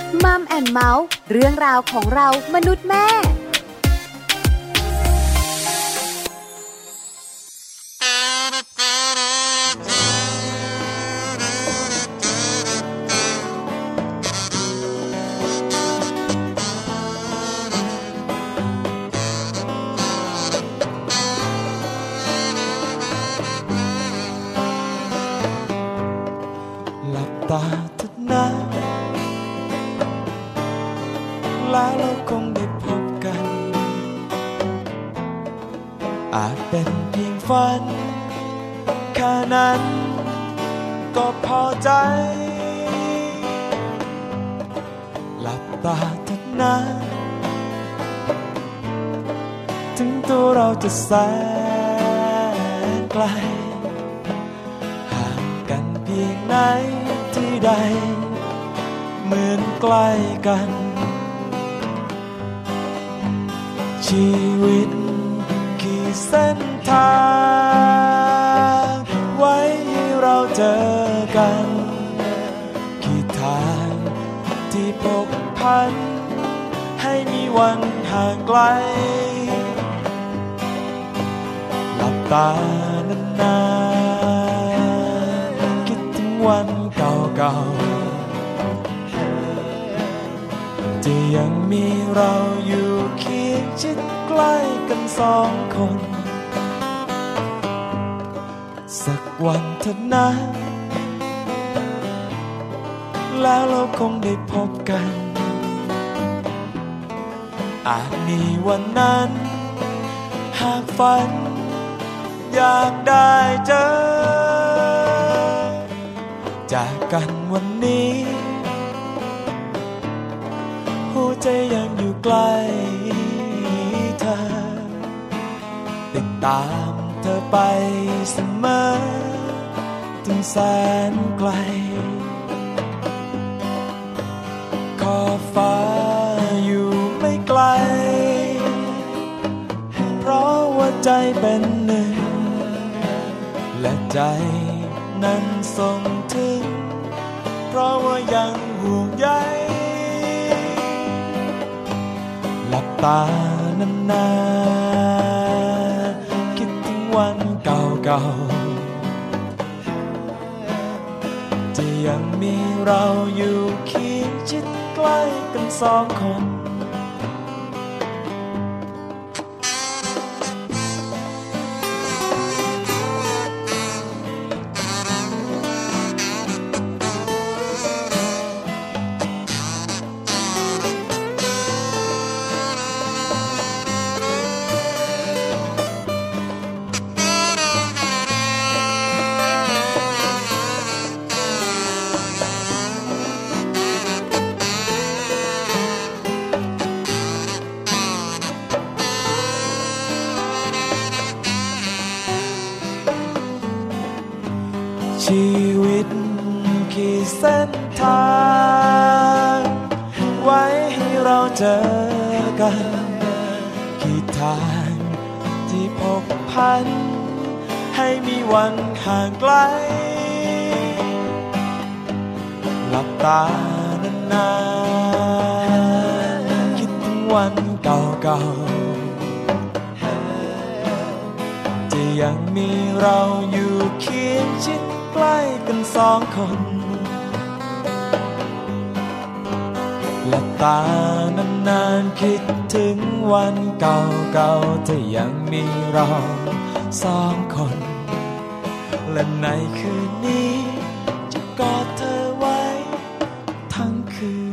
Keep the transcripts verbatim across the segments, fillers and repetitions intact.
มัมแอนด์เมาส์เรื่องราวของเรามนุษย์แม่หลับตาเถิดนะแล้วเราคงได้พบกันอาจเป็นเพียงฝันแค่นั้นก็พอใจหลับตาเถิดนะถึงตัวเราจะแสนไกลห่างกันเพียงไหนที่ใดเหมือนใกล้กันชีวิตกี่เส้นทางไว้ให้เราเจอกันกี่ทางที่พบพันให้มีวันห่างไกลหลับตานานๆคิดถึงวันเก่าๆที่ยังมีเราอยู่เคียงชิดใกล้กันสองคนสักวันเถิดนะแล้วเราคงได้พบกันอาจมีวันนั้นหากฝันอยากได้เจอจากกันวันนี้หัวใจยังอยู่ใกล้เธอติดตามเธอไปเสมอถึงแสนไกลขอบฟ้าอยู่ไม่ไกลเพราะว่าใจเป็นหนึ่งและใจนั้นส่งถึงเพราะว่ายังห่วงใยหลับตานานๆคิดถึงวันเก่าๆที่ยังมีเราอยู่เคียงชิดใกล้กันสองคนชีวิตกี่เส้นทางไว้ให้เราเจอกันกี่ทางที่พบพันให้มีวันห่างไกลหลับตานานๆคิดถึงวันเก่าๆที่ยังมีเราอยู่เคียงชิดใกล้กันสองคนหลับตานานๆคิดถึงวันเก่าๆที่ยังมีเราสองคนและในคืนนี้จะกอดเธอไว้ทั้งคืน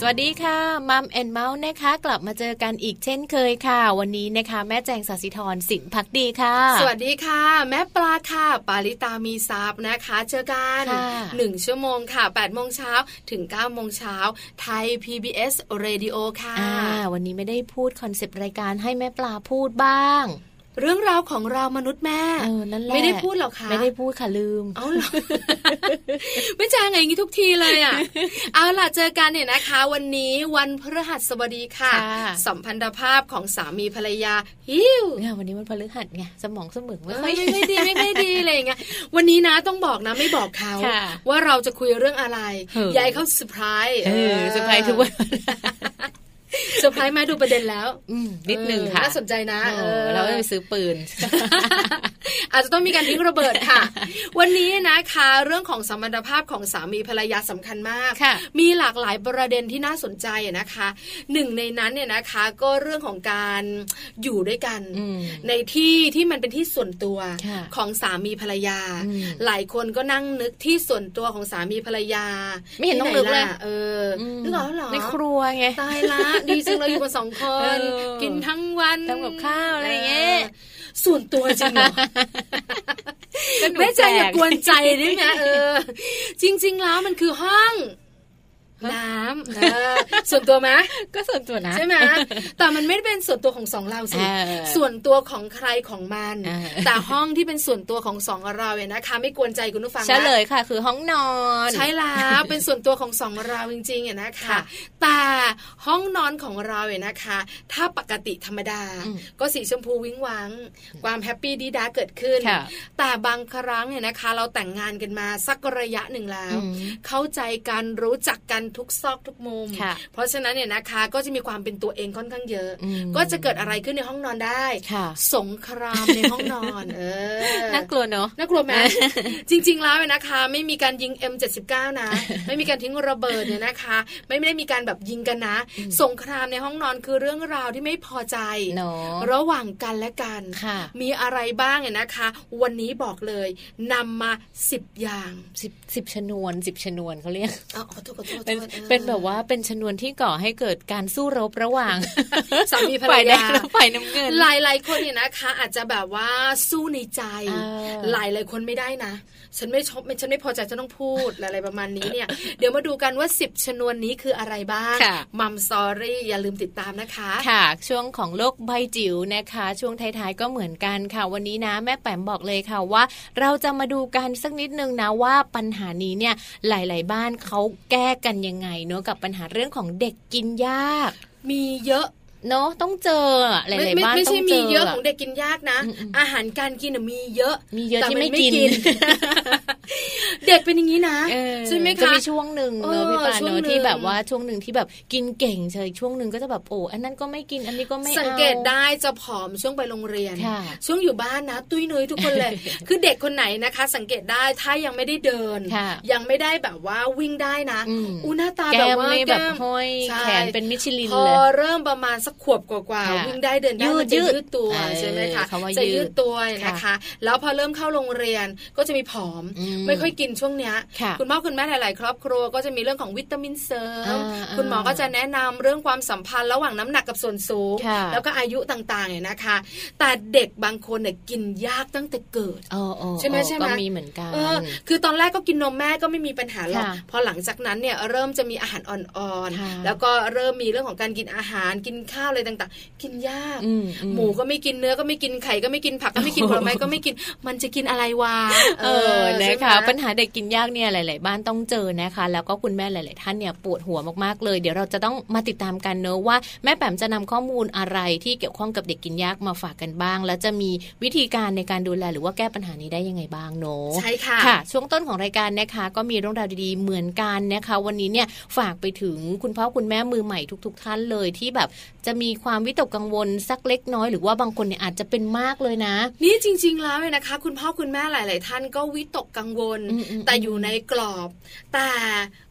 วัสดีค่ะมัมแอนเมาส์นะคะกลับมาเจอกันอีกเช่นเคยค่ะวันนี้นะคะแม่แจงศศิธรสินภักดีค่ะสวัสดีค่ะแม่ปลาค่ะปาริตามีซับนะคะเจอกันหนึ่งชั่วโมงค่ะแปดโมงเช้าถึงเก้าโมงเช้าไทย พี บี เอส Radio ค่ะวันนี้ไม่ได้พูดคอนเซปต์รายการให้แม่ปลาพูดบ้างเรื่องราวของเรามนุษย์แม่เออนั่นแหละไม่ได้พูดหรอกค่ะไม่ได้พูดค่ะลืมเอาหรอ ไม่จ้างไงอย่างนี้ทุกทีเลยอ่ะ เอาล่ะเจอกันเนี่ยนะคะวันนี้วันพฤหัสบดีค่ะสัมพันธภาพของสามีภรรยาฮิวเนี่ยวันนี้วันพฤหัสไงสมองสมองไม่ค่อยไม่ดีไม่ค่อยดีอะไรอย่างเงี้ยวันนี้นะต้องบอกนะไม่บอกเขาว่าเราจะคุยเรื่องอะไรยายเขาเซอร์ไพรส์เออเซอร์ไพรส์ทุกวันเซอร์ไพรส์มาดูประเด็นแล้วนิดนึงค่ะน่าสนใจนะเออเราไปซื้อปืนอาจจะต้องมีการทิ้งระเบิดค่ะวันนี้นะคะเรื่องของสมรรถภาพของสามีภรรยาสำคัญมากมีหลากหลายประเด็นที่น่าสนใจนะคะหนึ่งในนั้นเนี่ยนะคะก็เรื่องของการอยู่ด้วยกันในที่ที่มันเป็นที่ส่วนตัวของสามีภรรยาหลายคนก็นั่งนึกที่ส่วนตัวของสามีภรรยาไม่เห็นต้องนึกเลยเออนึกออกหรอในครัวไงตายละดีจังเลยอยู่กันสองคนกินทั้งวันทำกับข้าวอะไรเงี้ยส่วนตัวจริงเหรอแม่ใจอย่ากวนใจได้ไหมเออจริงๆแล้วมันคือห้องน้ำส่วนตัวไหมก็ส่วนตัวนะใช่ไหมแต่มันไม่ได้เป็นส่วนตัวของสองเราสิส่วนตัวของใครของมันแต่ห้องที่เป็นส่วนตัวของสองเราเนี่ยนะคะไม่กวนใจคุณผู้ฟังนะเฉลยค่ะคือห้องนอนใช่แล้วเป็นส่วนตัวของสองเราจริงๆเนี่ยนะคะแต่ห้องนอนของเราเนี่ยนะคะถ้าปกติธรรมดาก็สีชมพูวิ้งวังความแฮปปี้ดีด้าเกิดขึ้นแต่บางครั้งเนี่ยนะคะเราแต่งงานกันมาสักระยะหนึ่งแล้วเข้าใจกันรู้จักกันทุกซอกทุกมุมเพราะฉะนั้นเนี่ยนะคะก็จะมีความเป็นตัวเองค่อนข้างเยอะก็จะเกิดอะไรขึ้นในห้องนอนได้สงครามในห้องนอนเออน่ากลัวเนาะน่ากลัวไหม จริงๆแล้วนะคะไม่มีการยิง เอ็ม เจ็ดสิบเก้า นะไม่มีการทิ้งระเบิดเนี่ยนะคะไม่ได้มีการแบบยิงกันนะสงครามในห้องนอนคือเรื่องราวที่ไม่พอใจระหว่างกันและกันมีอะไรบ้างเนี่ยนะคะวันนี้บอกเลยนำมาสิบอย่างสิบ สิบชนวนสิบชนวนเขาเรียกอ๋อขอโทษขอโทษเป็นแบบว่าเป็นชนวนที่ก่อให้เกิดการสู้รบระหว่างสามีภรรยาฝ่ายน้ำเงินหลายๆคนเนี่ยนะคะอาจจะแบบว่าสู้ในใจหลายๆคนไม่ได้นะฉันไม่ชอบฉันไม่พอใจฉันต้องพูดอะไรประมาณนี้เนี่ยเดี๋ยวมาดูกันว่าสิบชนวนนี้คืออะไรบ้างมัมสอรี่อย่าลืมติดตามนะคะค่ะช่วงของโลกใบจิ๋วนะคะช่วงท้ายๆก็เหมือนกันค่ะวันนี้นะแม่แป๋มบอกเลยค่ะว่าเราจะมาดูกันสักนิดนึงนะว่าปัญหานี้เนี่ยหลายๆบ้านเขาแก้กันยังไงเนาะกับปัญหาเรื่องของเด็กกินยากมีเยอะเนาะต้องเจอหลายๆบ้านต้องเจอไม่ใช่มีเยอะของเด็กกินยากนะอาหารการกินมีเยอะมีเยอะที่ไม่กินเด็กเป็นอย่างนี้นะใช่ไหมคะจะมีช่วงหนึ่งเนอะพี่ปาเนอะที่แบบว่าช่วงหนึ่งที่แบบกินเก่งเฉยช่วงหนึ่งก็จะแบบโอ้อันนั้นก็ไม่กินอันนี้ก็ไม่เอาสังเกตได้จะผอมช่วงไปโรงเรียนช่วงอยู่บ้านนะตุ้ยนุ้ยทุกคนเลยคือเด็กคนไหนนะคะสังเกตได้ถ้ายังไม่ได้เดินยังไม่ได้แบบว่าวิ่งได้นะอู้หน้าตาแบบว่าแก้มห้อยแขนเป็นมิชลินเลยพอเริ่มประมาณสักขวบกว่าๆวิ่งได้เดินได้มันจะยืดตัวใช่ไหมคะจะยืดตัวนะคะแล้วพอเริ่มเข้าโรงเรียนก็จะมีผอมไม่ค่อยกินช่วงเนี้ยคุณพ่อคุณแม่หลายๆครอบครัวก็จะมีเรื่องของวิตามินเสริมคุณหมอก็จะแนะนำเรื่องความสัมพันธ์ระหว่างน้ำหนักกับส่วนสูงแล้วก็อายุต่างๆเนี่ยนะคะแต่เด็กบางคนเนี่ยกินยากตั้งแต่เกิดใช่ไหมใช่ไหมก็มีเหมือนกันคือตอนแรกก็กินนมแม่ก็ไม่มีปัญหาหรอกพอหลังจากนั้นเนี่ยเริ่มจะมีอาหารอ่อนๆแล้วก็เริ่มมีเรื่องของการกินอาหารกินข้าวอะไรต่างๆกินยากหมูก็ไม่กินเนื้อก็ไม่กินไข่ก็ไม่กินผักก็ไม่กินผลไม้ก็ไม่กินมันจะกินอะไรวะเออนะคะปัญหาเด็กกินยากเนี่ยหลายๆบ้านต้องเจอนะคะแล้วก็คุณแม่หลายๆท่านเนี่ยปวดหัวมากๆเลยเดี๋ยวเราจะต้องมาติดตามกันเนอะว่าแม่แป๋มจะนำข้อมูลอะไรที่เกี่ยวข้องกับเด็กกินยากมาฝากกันบ้างแล้วจะมีวิธีการในการดูแลหรือว่าแก้ปัญหานี้ได้ยังไงบ้างเนอะใช่ค่ะค่ะช่วงต้นของรายการนะคะก็มีเรื่องราวดีๆเหมือนกันนะคะวันนี้เนี่ยฝากไปถึงคุณพ่อคุณแม่มือใหม่ทุกๆท่านเลยที่แบบจะมีความวิตกกังวลสักเล็กน้อยหรือว่าบางคนเนี่ยอาจจะเป็นมากเลยนะนี่จริงๆแล้วเนี่ยนะคะคุณพ่อคุณแม่หลายๆท่านก็วิตกกังวลแต่อยู่ในกรอบแต่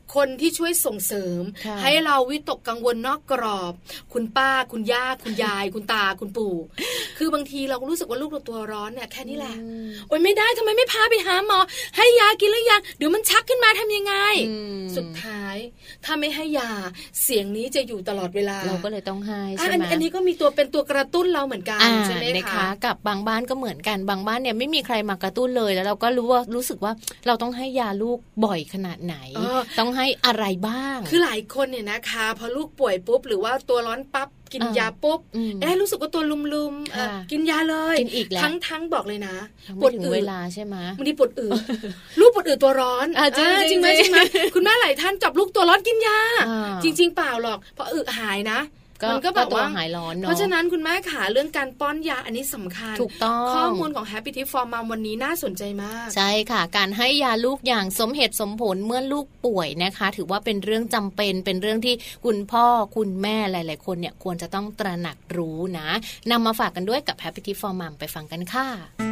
คนที่ช่วยส่งเสริมให้เราวิตกกังวลนอกกรอบคุณป้าคุณย่าคุณยายคุณตาคุณปู่คือบางทีเรารู้สึกว่าลูกเราตัวร้อนเนี่ยแค่นี้แหละโอ๊ยไม่ได้ทำไมไม่พาไปหาหมอให้ยากินแล้วยังเดี๋ยวมันชักขึ้นมาทำยังไงสุดท้ายถ้าไม่ให้ยาเสียงนี้จะอยู่ตลอดเวลาเราก็เลยต้องให้ใช่ไหมอันนี้ก็มีตัวเป็นตัวกระตุ้นเราเหมือนกันใช่ไหมคะกับบางบ้านก็เหมือนกันบางบ้านเนี่ยไม่มีใครมากระตุ้นเลยแล้วเราก็รู้ว่ารู้สึกว่าเราต้องให้ยาลูกบ่อยขนาดไหนต้องให้อะไรบ้างคือหลายคนเนี่ยนะคะพอลูกป่วยปุ๊บหรือว่าตัวร้อนปั๊บกินยาปุ๊บเอ๊ะรู้สึกว่าตัวลุมๆกินยาเลยทั้งทั้งบอกเลยนะปวดอืดเวลาใช่ไหมบางทีปวดอืดลูกปวดอืดตัวร้อนจริงไหมจริงไหมคุณแม่หลายท่านจับลูกตัวร้อนกินยาจริงๆเปล่าหรอกพออืดหายนะมันก็แบบว่าหายร้อนเนาะเพราะฉะนั้นคุณแม่ขาเรื่องการป้อนยาอันนี้สำคัญถูกต้องข้อมูลของ Happy Tip for Mom วันนี้น่าสนใจมากใช่ค่ะการให้ยาลูกอย่างสมเหตุสมผลเมื่อลูกป่วยนะคะถือว่าเป็นเรื่องจำเป็นเป็นเรื่องที่คุณพ่อคุณแม่หลายๆคนเนี่ยควรจะต้องตระหนักรู้นะนำมาฝากกันด้วยกับ Happy Tip for Mom ไปฟังกันค่ะ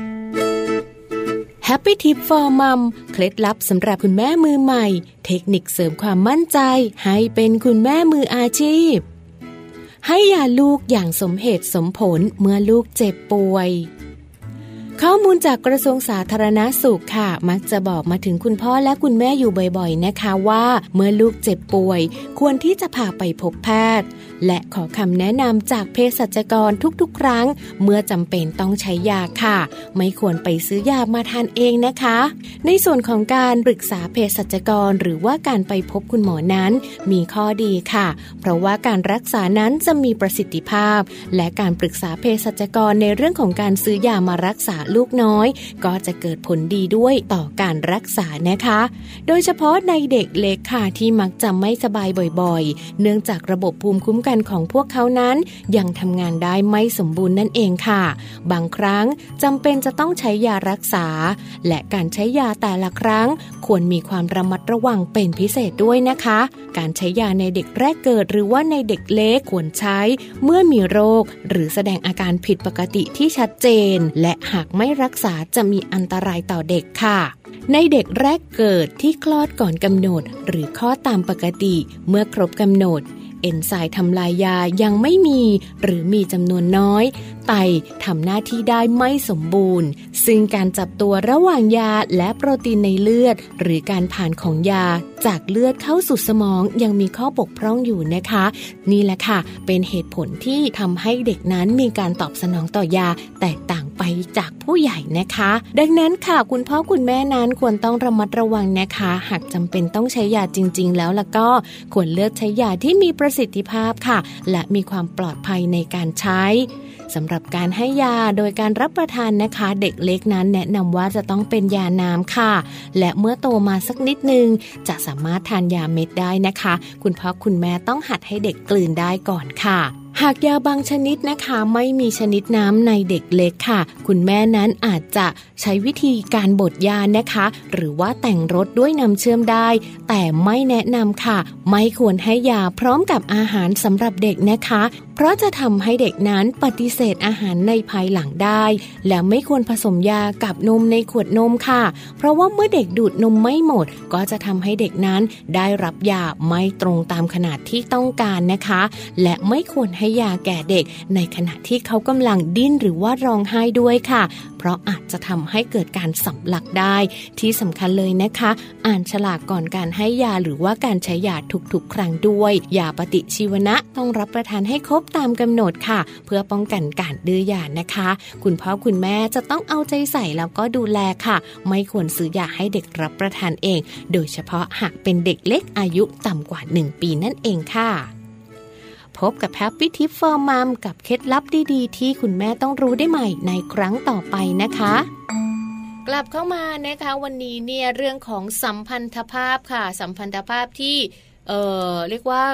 Happy Tip for Mom เคล็ดลับสำหรับคุณแม่มือใหม่เทคนิคเสริมความมั่นใจให้เป็นคุณแม่มืออาชีพให้ยาลูกอย่างสมเหตุสมผลเมื่อลูกเจ็บป่วยข้อมูลจากกระทรวงสาธารณสุขค่ะมักจะบอกมาถึงคุณพ่อและคุณแม่อยู่บ่อยๆนะคะว่าเมื่อลูกเจ็บป่วยควรที่จะพาไปพบแพทย์และขอคำแนะนำจากเภสัชกรทุกๆครั้งเมื่อจำเป็นต้องใช้ยาค่ะไม่ควรไปซื้อยามาทานเองนะคะในส่วนของการปรึกษาเภสัชกรหรือว่าการไปพบคุณหมอนั้นมีข้อดีค่ะเพราะว่าการรักษานั้นจะมีประสิทธิภาพและการปรึกษาเภสัชกรในเรื่องของการซื้อยามารักษาลูกน้อยก็จะเกิดผลดีด้วยต่อการรักษานะคะโดยเฉพาะในเด็กเล็กค่ะที่มักจะไม่สบายบ่อยๆเนื่องจากระบบภูมิคุ้มกันของพวกเขานั้นยังทำงานได้ไม่สมบูรณ์นั่นเองค่ะบางครั้งจำเป็นจะต้องใช้ยารักษาและการใช้ยาแต่ละครั้งควรมีความระมัดระวังเป็นพิเศษด้วยนะคะการใช้ยาในเด็กแรกเกิดหรือว่าในเด็กเล็กควรใช้เมื่อมีโรคหรือแสดงอาการผิดปกติที่ชัดเจนและหากไม่รักษาจะมีอันตรายต่อเด็กค่ะในเด็กแรกเกิดที่คลอดก่อนกำหนดหรือคลอดตามปกติเมื่อครบกำหนดเอนไซม์ทำลายยายังไม่มีหรือมีจำนวนน้อยไตทำหน้าที่ได้ไม่สมบูรณ์ซึ่งการจับตัวระหว่างยาและโปรตีนในเลือดหรือการผ่านของยาจากเลือดเข้าสู่สมองยังมีข้อบกพร่องอยู่นะคะนี่แหละค่ะเป็นเหตุผลที่ทำให้เด็กนั้นมีการตอบสนองต่อยาแตกต่างไปจากผู้ใหญ่นะคะดังนั้นค่ะคุณพ่อคุณแม่นั้นควรต้องระมัดระวังนะคะหากจำเป็นต้องใช้ยาจริงๆแล้วล่ะก็ควรเลือกใช้ยาที่มีประสิทธิภาพค่ะและมีความปลอดภัยในการใช้สำหรับการให้ยาโดยการรับประทานนะคะเด็กเล็กนั้นแนะนำว่าจะต้องเป็นยาน้ำค่ะและเมื่อโตมาสักนิดนึงจะสามารถทานยาเม็ดได้นะคะคุณพ่อคุณแม่ต้องหัดให้เด็กกลืนได้ก่อนค่ะหากยาบางชนิดนะคะไม่มีชนิดน้ำในเด็กเล็กค่ะคุณแม่นั้นอาจจะใช้วิธีการบดยานะคะหรือว่าแต่งรสด้วยน้ำเชื่อมได้แต่ไม่แนะนำค่ะไม่ควรให้ยาพร้อมกับอาหารสำหรับเด็กนะคะเพราะจะทำให้เด็กนั้นปฏิเสธอาหารในภายหลังได้และไม่ควรผสมยากับนมในขวดนมค่ะเพราะว่าเมื่อเด็กดูดนมไม่หมดก็จะทำให้เด็กนั้นได้รับยาไม่ตรงตามขนาดที่ต้องการนะคะและไม่ควรให้ยาแก่เด็กในขณะที่เขากำลังดิ้นหรือว่าร้องไห้ด้วยค่ะเพราะอาจจะทำให้เกิดการสำลักได้ที่สำคัญเลยนะคะอ่านฉลากก่อนการให้ยาหรือว่าการใช้ยาทุกๆครั้งด้วยยาปฏิชีวนะต้องรับประทานให้ครบตามกำหนดค่ะเพื่อป้องกันการดื้อยานะคะคุณพ่อคุณแม่จะต้องเอาใจใส่แล้วก็ดูแลค่ะไม่ควรซื้อยาให้เด็กรับประทานเองโดยเฉพาะหากเป็นเด็กเล็กอายุต่ำกว่าหนึ่งปีนั่นเองค่ะพบกับ Happy Tip for Mom กับเคล็ดลับดีๆที่คุณแม่ต้องรู้ได้ใหม่ในครั้งต่อไปนะคะกลับเข้ามานะคะวันนี้เนี่ยเรื่องของสัมพันธภาพค่ะสัมพันธภาพที่เอ่อเรียกว่า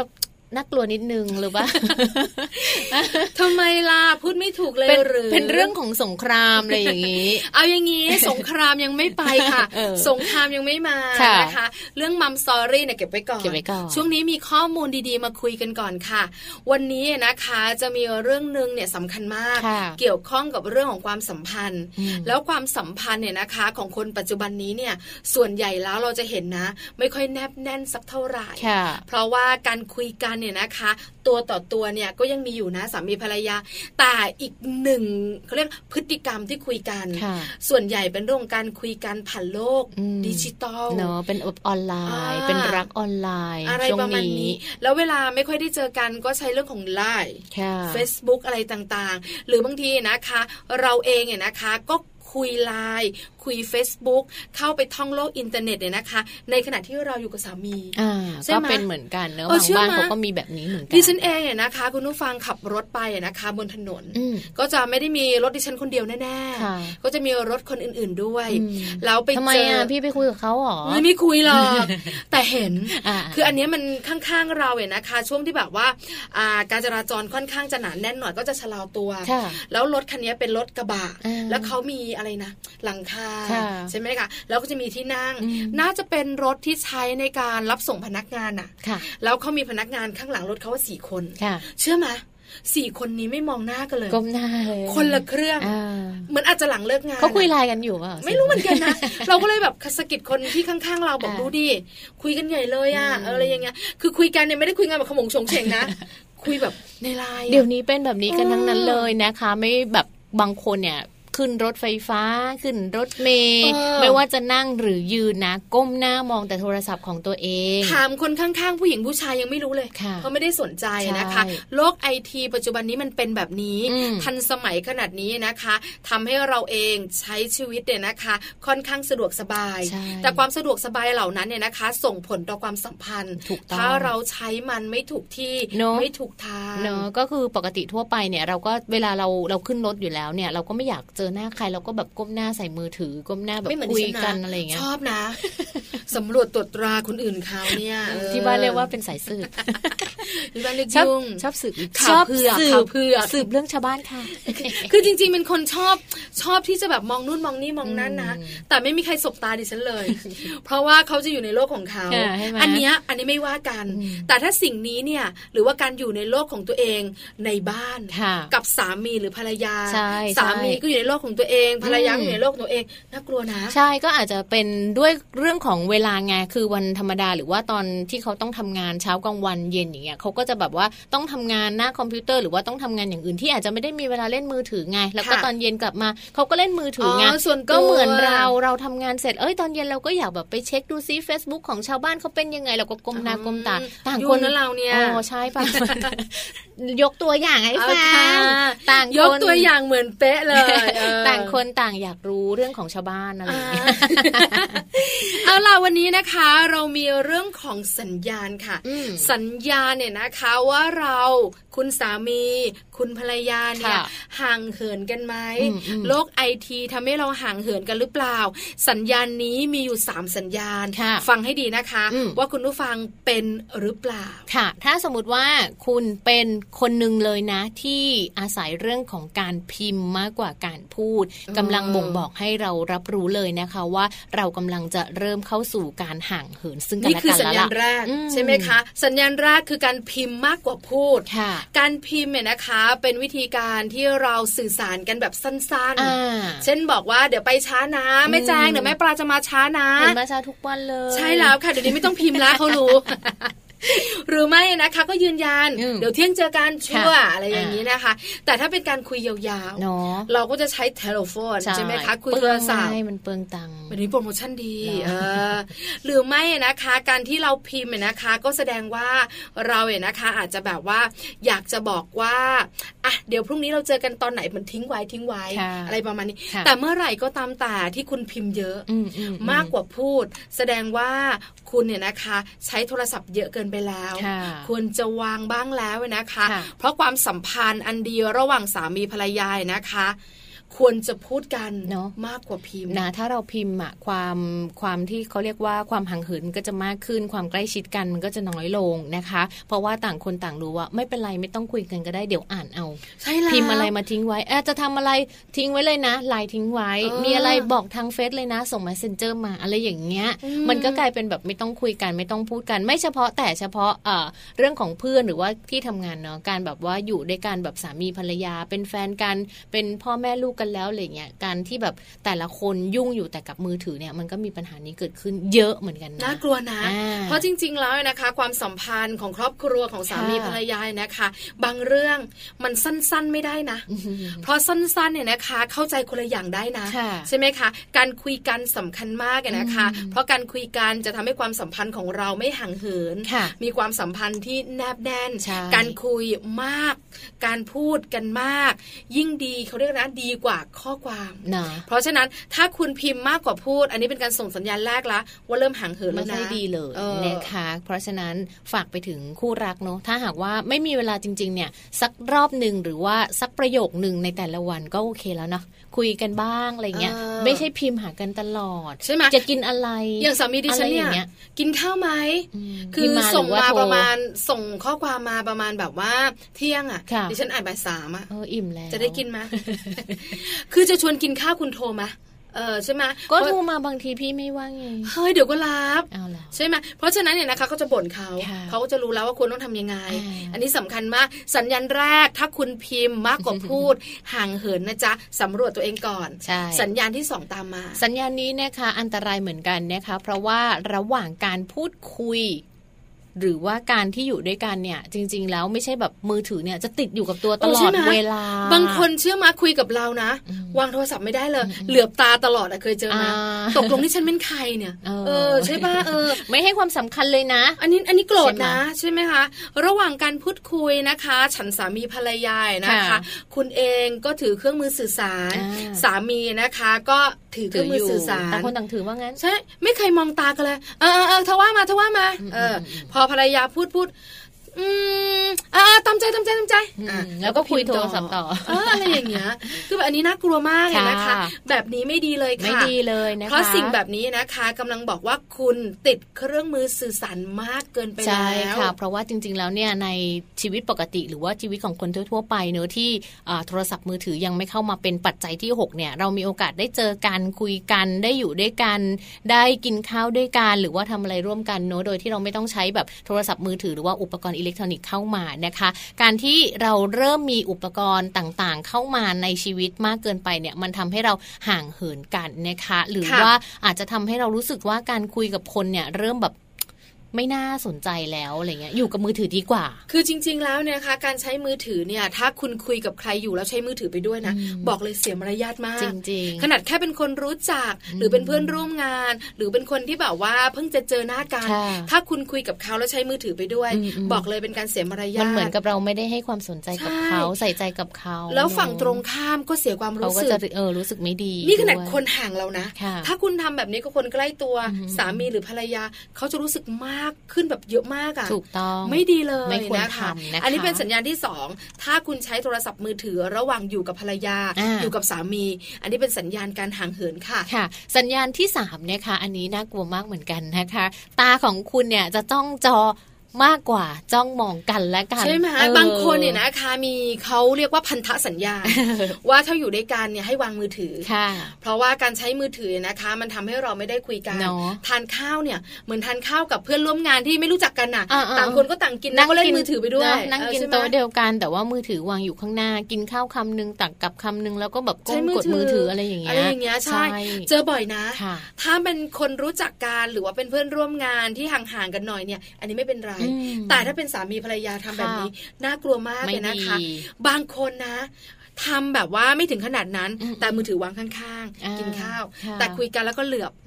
น่ากลัวนิดนึงหรือว่าทำไมล่ะพูดไม่ถูกเลยหรือเป็นเรื่องของสงครามอะไรอย่างนี้เอาอย่างนี้สงครามยังไม่ไปค่ะสงครามยังไม่มานะคะเรื่องมัมสตอรี่เนี่ยเก็บไว้ก่อนช่วงนี้มีข้อมูลดีๆมาคุยกันก่อนค่ะวันนี้นะคะจะมีเรื่องนึงเนี่ยสำคัญมากเกี่ยวข้องกับเรื่องของความสัมพันธ์แล้วความสัมพันธ์เนี่ยนะคะของคนปัจจุบันนี้เนี่ยส่วนใหญ่แล้วเราจะเห็นนะไม่ค่อยแนบแน่นสักเท่าไหร่เพราะว่าการคุยกันเนี่ยนะคะตัวต่อตัวเนี่ยก็ยังมีอยู่นะสามีภรรยาแต่อีกหนึ่งเขาเรียกพฤติกรรมที่คุยกันส่วนใหญ่เป็นเรื่องการคุยกันผ่านโลกดิจิตอลเนาะเป็นออนไลน์เป็นรักออนไลน์อะไรประมาณนี้แล้วเวลาไม่ค่อยได้เจอกันก็ใช้เรื่องของ ไลน์ Facebook อะไรต่างๆหรือบางทีนะคะเราเองเนี่ยนะคะก็คุย ไลน์ คุย Facebook เข้าไปท่องโลกอินเทอร์เน็ตเนี่ยนะคะในขณะที่เราอยู่กับสามีก็เป็นเหมือนกันเนอะบางบ้านเขาก็มีแบบนี้เหมือนกันดิฉันเองเนี่ยนะคะคุณผู้ฟังขับรถไปนะคะบนถนนก็จะไม่ได้มีรถดิฉันคนเดียวแน่ๆก็จะมีรถคนอื่นๆด้วยแล้วไปเจอทำไมอ่ะพี่ไปคุยกับเขาหรอไม่ไม่คุยหรอกแต่เห็นคืออันนี้มันข้างๆเราเนี่ยนะคะช่วงที่แบบว่าการจราจรค่อนข้างจะหนาแน่นหน่อยก็จะชะลอตัวแล้วรถคันนี้เป็นรถกระบะแล้วเขามีอะไรนะหลังคาใช่ไหมคะแล้วก็จะมีที่นั่งน่าจะเป็นรถที่ใช้ในการรับส่งพนักงานอ่ะแล้วเขามีพนักงานข้างหลังรถเขาว่าสี่คนเชื่อไหมสี่คนนี้ไม่มองหน้ากันเลยก้มหน้าเลยคนละเครื่องเหมือนอาจจะหลังเลิกงานเขาคุยไลน์กันอยู่อ่ะไม่รู้เหมือนกันนะเราก็เลยแบบสะกิดคนที่ข้างๆเราบอกดูดิคุยกันใหญ่เลยอ่ะอะไรอย่างเงี้ยคือคุยกันเนี่ยไม่ได้คุยงานแบบขมงชงเฉงนะคุยแบบในไลน์เดี๋ยวนี้เป็นแบบนี้กันทั้งนั้นเลยนะคะไม่แบบบางคนเนี่ยขึ้นรถไฟฟ้าขึ้นรถเมล์ไม่ว่าจะนั่งหรือยืนนะก้มหน้ามองแต่โทรศัพท์ของตัวเองถามคนข้างๆผู้หญิงผู้ชายยังไม่รู้เลยเพราะไม่ได้สนใจนะคะโลกไอทีปัจจุบันนี้มันเป็นแบบนี้ทันสมัยขนาดนี้นะคะทำให้เราเองใช้ชีวิตเนี่ยนะคะค่อนข้างสะดวกสบายแต่ความสะดวกสบายเหล่านั้นเนี่ยนะคะส่งผลต่อความสัมพันธ์ถ้าเราใช้มันไม่ถูกที่ไม่ถูกทางเนอะก็คือปกติทั่วไปเนี่ยเราก็เวลาเราเราขึ้นรถอยู่แล้วเนี่ยเราก็ไม่อยากเจอหน้าใครเราก็แบบก้มหน้าใส่มือถือก้มหน้าแบบคุยกันอะไรอย่างเงี้ยชอบนะสำรวจตรวจตราคนอื่นเขาเนี่ยที่บ้านเรียกว่าเป็นสายสืบที่บ้านเรียกยุ่งชอบสืบชอบสืบสืบเรื่องชาวบ้านค่ะคือจริงๆเป็นคนชอบชอบที่จะแบบมองนู่นมองนี่มองนั่นนะแต่ไม่มีใครสบตาดิฉันเลยเพราะว่าเขาจะอยู่ในโลกของเขาอันเนี้ยอันนี้ไม่ว่ากันแต่ถ้าสิ่งนี้เนี่ยหรือว่าการอยู่ในโลกของตัวเองในบ้านกับสามีหรือภรรยาสามีก็อยู่ในโลกของตัวเองภรรยาอยู่ในโลกตัวเองน่ากลัวนะใช่ก็อาจจะเป็นด้วยเรื่องของเวลาไงคือวันธรรมดาหรือว่าตอนที่เขาต้องทำงานเช้ากลางวันเย็นอย่างเงี้ยเขาก็จะแบบว่าต้องทำงานหน้าคอมพิวเตอร์หรือว่าต้องทำงานอย่างอื่นที่อาจจะไม่ได้มีเวลาเล่นมือถือไงแล้วก็ตอนเย็นกลับมาเขาก็เล่นมือถือไงก็เหมือนเราเราทำงานเสร็จเอ้ยตอนเย็นเราก็อยากแบบไปเช็คดูซิ Facebook ของชาวบ้านเขาเป็นยังไงเราก็ก้มหน้าก้มตาต่างคนนั่นเราเนี่ยอ๋อใช่ป่ะยกตัวอย่างให้ฟังต่างยกตัวอย่างเหมือนเป๊ะเลยต่างคนต่างอยากรู้เรื่องของชาวบ้านอะไรอย่างเงี้ยเอาล่ะวันนี้นะคะเรามีเรื่องของสัญญาณค่ะสัญญาณเนี่ยนะคะว่าเราคุณสามีคุณภรรยาเนี่ยห่างเหินกันไหมโลกไอทีทำให้เราห่างเหินกันหรือเปล่าสัญญาณนี้มีอยู่สามสัญญาณฟังให้ดีนะคะว่าคุณผู้ฟังเป็นหรือเปล่าค่ะถ้าสมมติว่าคุณเป็นคนหนึ่งเลยนะที่อาศัยเรื่องของการพิมพ์มากกว่าการพูดกำลังบ่งบอกให้เรารับรู้เลยนะคะว่าเรากำลังจะเริ่มเข้าสู่การห่างเหินซึ่งกันและกันแล้วล่ะนี่คือสัญญาณแรกใช่ไหมคะสัญญาณแรกคือการพิมพ์มากกว่าพูดการพิมพ์เนี่ยนะคะเป็นวิธีการที่เราสื่อสารกันแบบสั้นๆเช่นบอกว่าเดี๋ยวไปช้านะแม่แจ้งเดี๋ยวแม่ปลาจะมาช้านะเห็นมาช้าทุกวันเลยใช่แล้วค่ะเดี๋ยวนี้ไม่ต้องพิมพ์แล้วเขารู้หรือไม่นะคะก็ยืนยันเดี๋ยวเที่ยงเจอกันชั่วอะไรอย่างนี้นะคะแต่ถ้าเป็นการคุยยาวๆเราก็จะใช้โทรศัพท์ใช่ไหมคะคุยโทรศัพท์มันเปลืองตังค์วันนี้โปรโมชั่นดีเออหรือไม่นะคะการที่เราพิมพ์นะคะก็แสดงว่าเราเนี่ยนะคะอาจจะแบบว่าอยากจะบอกว่าอ่ะเดี๋ยวพรุ่งนี้เราเจอกันตอนไหนมันทิ้งไว้ทิ้งไว้อะไรประมาณนี้แต่เมื่อไหร่ก็ตามแต่ที่คุณพิมพ์เยอะมากกว่าพูดแสดงว่าคุณเนี่ยนะคะใช้โทรศัพท์เยอะเกินไปแล้วควรจะวางบ้างแล้วนะคะเพราะความสัมพันธ์อันดีระหว่างสามีภรรยานะคะควรจะพูดกันเนาะมากกว่าพิมพ์นะถ้าเราพิมพ์อะความความที่เขาเรียกว่าความห่างเหินก็จะมากขึ้นความใกล้ชิดกันมันก็จะน้อยลงนะคะเพราะว่าต่างคนต่างรู้ว่าไม่เป็นไรไม่ต้องคุยกันก็ได้เดี๋ยวอ่านเอาใช่แล้วพิมพ์อะไรมาทิ้งไว้เออจะทำอะไรทิ้งไว้เลยนะไลน์ทิ้งไว้มีอะไรบอกทางเฟซเลยนะส่ง Messenger มาอะไรอย่างเงี้ยมันก็กลายเป็นแบบไม่ต้องคุยกันไม่ต้องพูดกันไม่เฉพาะแต่เฉพาะเอ่อเรื่องของเพื่อนหรือว่าที่ทำงานเนาะการแบบว่าอยู่ด้วยกันแบบสามีภรรยาเป็นแฟนกันเป็นพ่อแม่ลูกกันแล้วอะไรเงี้ยการที่แบบแต่ละคนยุ่งอยู่แต่กับมือถือเนี่ยมันก็มีปัญหานี้เกิดขึ้นเยอะเหมือนกันนะน่ากลัวนะเพราะจริงๆแล้วนะคะความสัมพันธ์ของครอบครัวของสามีภรรยานะคะบางเรื่องมันสั้นๆไม่ได้นะเพราะสั้นๆเนี่ยนะคะเข้าใจคนละอย่างได้นะใช่ไหมคะการคุยกันสำคัญมากนะคะเพราะการคุยกันจะทำให้ความสัมพันธ์ของเราไม่ห่างเหินมีความสัมพันธ์ที่แนบแน่นการคุยมากการพูดกันมากยิ่งดีเขาเรียกนะดีกว่าข้อความนะเพราะฉะนั้นถ้าคุณพิมพ์มากกว่าพูดอันนี้เป็นการส่งสัญญาณแรกละว่าเริ่มห่างเหินแล้วนะไม่ดีเลยนะคะเพราะฉะนั้นฝากไปถึงคู่รักเนาะถ้าหากว่าไม่มีเวลาจริงๆเนี่ยสักรอบหนึ่งหรือว่าสักประโยคหนึ่งในแต่ละวันก็โอเคแล้วเนาะคุยกันบ้างอะไรเงี้ยไม่ใช่พิมพ์หากันตลอดใช่ไหมจะกินอะไรอย่างสามีดิฉันเนี่ยกินข้าวไหมคือส่งมาประมาณส่งข้อความมาประมาณแบบว่าเที่ยงอ่ะดิฉันอ่านบ่ายสามอ่ะเอออิ่มแล้วจะได้กินไหม คือจะชวนกินข้าวคุณโทรไหมเออใช่ไหมก็โทรมาบางทีพี่ไม่ว่างไงเฮ้ยเดี๋ยวก็รับใช่ไหมเพราะฉะนั้นเนี่ยนะคะเขาจะบ่นเขาเขาก็จะรู้แล้วว่าคุณต้องทำยังไงอันนี้สำคัญมากสัญญาณแรกถ้าคุณพิมพ์มากกว่าพูดห่างเหินนะจ๊ะสำรวจตัวเองก่อนสัญญาณที่สองตามมาสัญญาณนี้นะคะอันตรายเหมือนกันนะคะเพราะว่าระหว่างการพูดคุยหรือว่าการที่อยู่ด้วยกันเนี่ยจริงๆแล้วไม่ใช่แบบมือถือเนี่ยจะติดอยู่กับตัวตลอดเวลาบางคนเชื่อมาคุยกับเรานะวางโทรศัพท์ไม่ได้เลยเหลือบตาตลอดอะเคยเจอมาตกลงที่ฉันเป็นใครเนี่ยเออใช่ป่ะเออไม่ให้ความสำคัญเลยนะอันนี้อันนี้โกรธนะใช่ไหมคะระหว่างการพูดคุยนะคะฉันสามีภรรยานะคะคุณเองก็ถือเครื่องมือสื่อสารสามีนะคะก็ถือเครื่องมือสื่อสารแต่คนต่างถือว่างั้นใช่ไม่เคยมองตากันเลยเออเออเธอว่ามาเธอว่ามาเออพอภรรยาพูดพูดอืมอ่าตามใจตามใจตามใจอ่าแล้วก็คุยโทรศัพท์ต่ออะไรอย่างเงี้ยคือแบบอันนี้น่ากลัวมากเลยนะคะแบบนี้ไม่ดีเลยค่ะไม่ดีเลยนะคะเพราะสิ่งแบบนี้นะคะกำลังบอกว่าคุณติดเครื่องมือสื่อสารมากเกินไปแล้วใช่ค่ะเพราะว่าจริงๆแล้วเนี่ยในชีวิตปกติหรือว่าชีวิตของคนทั่วๆไปเนอะที่โทรศัพท์มือถือยังไม่เข้ามาเป็นปัจจัยที่หกเนี่ยเรามีโอกาสได้เจอกันคุยกันได้อยู่ด้วยกันได้กินข้าวด้วยกันหรือว่าทำอะไรร่วมกันเนอะโดยที่เราไม่ต้องใช้แบบโทรศัพท์มือถือหรือว่าอุปกรณ์อิเล็กทรอนิกส์เข้ามานะคะการที่เราเริ่มมีอุปกรณ์ต่างๆเข้ามาในชีวิตมากเกินไปเนี่ยมันทำให้เราห่างเหินกันนะคะหรือว่าอาจจะทำให้เรารู้สึกว่าการคุยกับคนเนี่ยเริ่มแบบไม่น่าสนใจแล้วอะไรเงี้ยอยู่กับมือถือดีกว่าคือจริงๆแล้วเนี่ยนะคะการใช้มือถือเนี่ยถ้าคุณคุยกับใครอยู่แล้วใช้มือถือไปด้วยนะบอกเลยเสียมารยาทมากจริงๆขนาดแค่เป็นคนรู้จักหรือเป็นเพื่อนร่วมงานหรือเป็นคนที่แบบว่าเพิ่งจะเจอหน้ากันถ้าคุณคุยกับเขาแล้วใช้มือถือไปด้วยบอกเลยเป็นการเสียมารยาทมันเหมือนกับเราไม่ได้ให้ความสนใจกับเขาใส่ใจกับเขาแล้วฝั่งตรงข้ามก็เสียความรู้สึกเขาก็จะเออรู้สึกไม่ดีนี่ขนาดคนห่างเรานะถ้าคุณทำแบบนี้กับคนใกล้ตัวสามีหรือภรรยาเขาจะรู้สึกมากขึ้นแบบเยอะมากอ่ะถูกต้องไม่ดีเลยนะคะอันนี้เป็นสัญญาณที่สองถ้าคุณใช้โทรศัพท์มือถือระหว่างอยู่กับภรรยา อ, อยู่กับสามีอันนี้เป็นสัญญาณการห่างเหินค่ะค่ะสัญญาณที่สามเนี่ยค่ะอันนี้น่ากลัวมากเหมือนกันนะคะตาของคุณเนี่ยจะต้องจอมากกว่าจ้องมองกันและกันใช่ไหมบางคนเนี่ยนะคะมีเขาเรียกว่าพันธสัญญา ว่าถ้าอยู่ด้วยกันเนี่ยให้วางมือถือเพราะว่าการใช้มือถือนะคะมันทำให้เราไม่ได้คุยกันทานข้าวเนี่ยเหมือนทานข้าวกับเพื่อนร่วมงานที่ไม่รู้จักกันน่ะต่างคนก็ต่างกินแล้วก็เล่นมือถือไปด้วยนั่งกินโต๊ะเดียวกันแต่ว่ามือถือวางอยู่ข้างหน้ากินข้าวคำนึงตักกับคำนึงแล้วก็แบบก้มกดมือถืออะไรอย่างเงี้ยอะไรอย่างเงี้ยใช่เจอบ่อยนะถ้าเป็นคนรู้จักกันหรือว่าเป็นเพื่อนร่วมงานที่ห่างๆกันหน่อยเนี่ยอันนี้ไม่เป็นไรแต่ถ้าเป็นสามีภรรยาทำแบบนี้น่ากลัวมากเลยนะคะบางคนนะทำแบบว่าไม่ถึงขนาดนั้นแต่มือถือวางข้างๆกินข้าวแต่คุยกันแล้วก็เหลือบ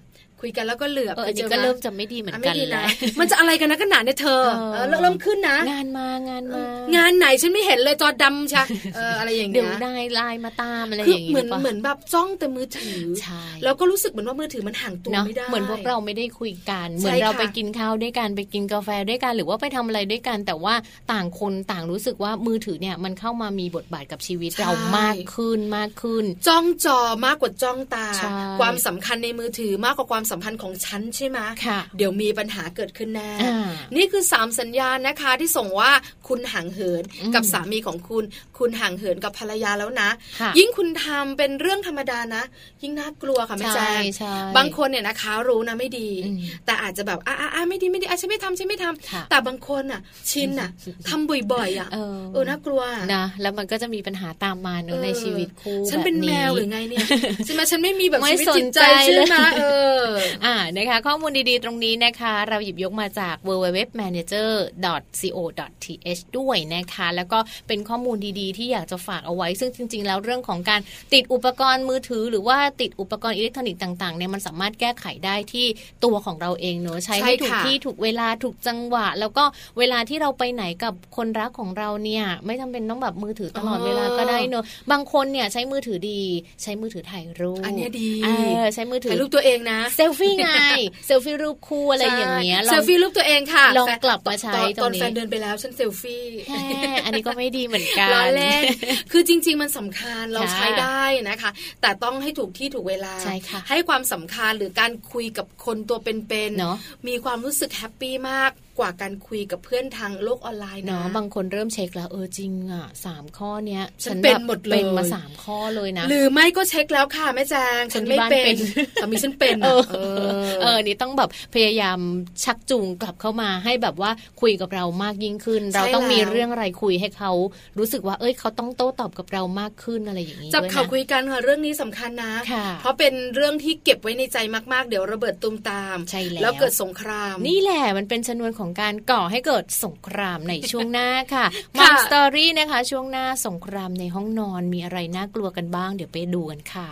คุยกันแล้วก็เหลือบเอออันนี้ก็เริ่มจะไม่ดีเหมือนกันแล้วมันจะอะไรกันนะขนาดเนี่ยเธอเริ่มขึ้นนะงานมางานมางานไหนฉันไม่เห็นเลยจอดำใช่เอออะไรอย่างเงี้ยเดี๋ยวนายไลน์มาตามอะไรอย่างเงี้ยเหมือนเหมือนแบบจ้องแต่มือถือแล้วก็รู้สึกเหมือนว่ามือถือมันห่างตัวไม่ได้เหมือนพวกเราไม่ได้คุยกันเหมือนเราไปกินข้าวด้วยกันไปกินกาแฟด้วยกันหรือว่าไปทำอะไรด้วยกันแต่ว่าต่างคนต่างรู้สึกว่ามือถือเนี่ยมันเข้ามามีบทบาทกับชีวิตเรามากขึ้นมากขึ้นจ้องจอมากกว่าจ้องตาความสำคัญในมือถือมากกว่าความสัมพันธ์ของฉันใช่ไหมเดี๋ยวมีปัญหาเกิดขึ้นแน่นี่คือสามสัญญาณนะคะที่ส่งว่าคุณห่างเหินกับสามีของคุณคุณห่างเหินกับภรรยาแล้วนะยิ่งคุณทำเป็นเรื่องธรรมดานะยิ่งน่ากลัวค่ะแม่แจ้งบางคนเนี่ยนะคะรู้นะไม่ดีแต่อาจจะแบบอ่าอ่าไม่ดีไม่ดีอ่ะฉันไม่ทำฉันไม่ทำแต่บางคนอ่ะชินอ่ะทำบ่อยๆอ่ะเออน่ากลัวนะแล้วมันก็จะมีปัญหาตามมาเนอะในชีวิตคู่ฉันเป็นแมวหรือไงเนี่ยใช่ไหมฉันไม่มีแบบชีวิตจิตใจใช่ไหมเอออ่านะคะข้อมูลดีๆตรงนี้นะคะเราหยิบยกมาจาก ดับเบิลยู ดับเบิลยู ดับเบิลยู ดอท แมเนเจอร์ ดอท ซี โอ ดอท ที เอช ด้วยนะคะแล้วก็เป็นข้อมูลดีๆที่อยากจะฝากเอาไว้ซึ่งจริงๆแล้วเรื่องของการติดอุปกรณ์มือถือหรือว่าติดอุปกรณ์อิเล็กทรอนิกส์ต่างๆเนี่ยมันสามารถแก้ไขได้ที่ตัวของเราเองเนอะใช้ให้ถูกที่ถูกเวลาถูกจังหวะแล้วก็เวลาที่เราไปไหนกับคนรักของเราเนี่ยไม่จำเป็นต้องแบบมือถือตลอดเวลาก็ได้เนอะบางคนเนี่ยใช้มือถือดีใช้มือถือถ่ายรูปอันนี้ดีเออใช้มือถือถ่ายรูปตัวเองนะเซลฟี่ไงเซลฟี่รูปคู่อะไรอย่างเงี้ยเซลฟี่รูปตัวเองค่ะลองกลับมาใช้ตอนแฟนเดินไปแล้วฉันเซลฟี่อันนี้ก็ไม่ดีเหมือนกันล้อเล่นคือจริงๆมันสำคัญเราใช้ได้นะคะแต่ต้องให้ถูกที่ถูกเวลาให้ความสำคัญหรือการคุยกับคนตัวเป็นๆมีความรู้สึกแฮปปี้มากกว่าการคุยกับเพื่อนทางโลกออนไลน์นะบางคนเริ่มเช็คแล้วเออจริงอ่ะสามข้อเนี้ยฉันเป็นหมดเลยเป็นมาสามข้อเลยนะหรือไม่ก็เช็คแล้วค่ะแม่แจงฉันไม่เป็นสามีฉันเป็นเออเออนี่ต้องแบบพยายามชักจูงกลับเข้ามาให้แบบว่าคุยกับเรามากยิ่งขึ้นเราต้องมีเรื่องอะไรคุยให้เขารู้สึกว่าเอ้ยเขาต้องโต้ตอบกับเรามากขึ้นอะไรอย่างนี้จับเขาคุยกันค่ะเรื่องนี้สำคัญนะเพราะเป็นเรื่องที่เก็บไว้ในใจมากๆเดี๋ยวระเบิดตุ้มตามแล้วเกิดสงครามนี่แหละมันเป็นชนวนของการก่อให้เกิดสงครามในช่วงหน้าค่ะมัมสตอรี่นะคะช่วงหน้าสงครามในห้องนอนมีอะไรน่ากลัวกันบ้างเดี๋ยวไปดูกันค่ะ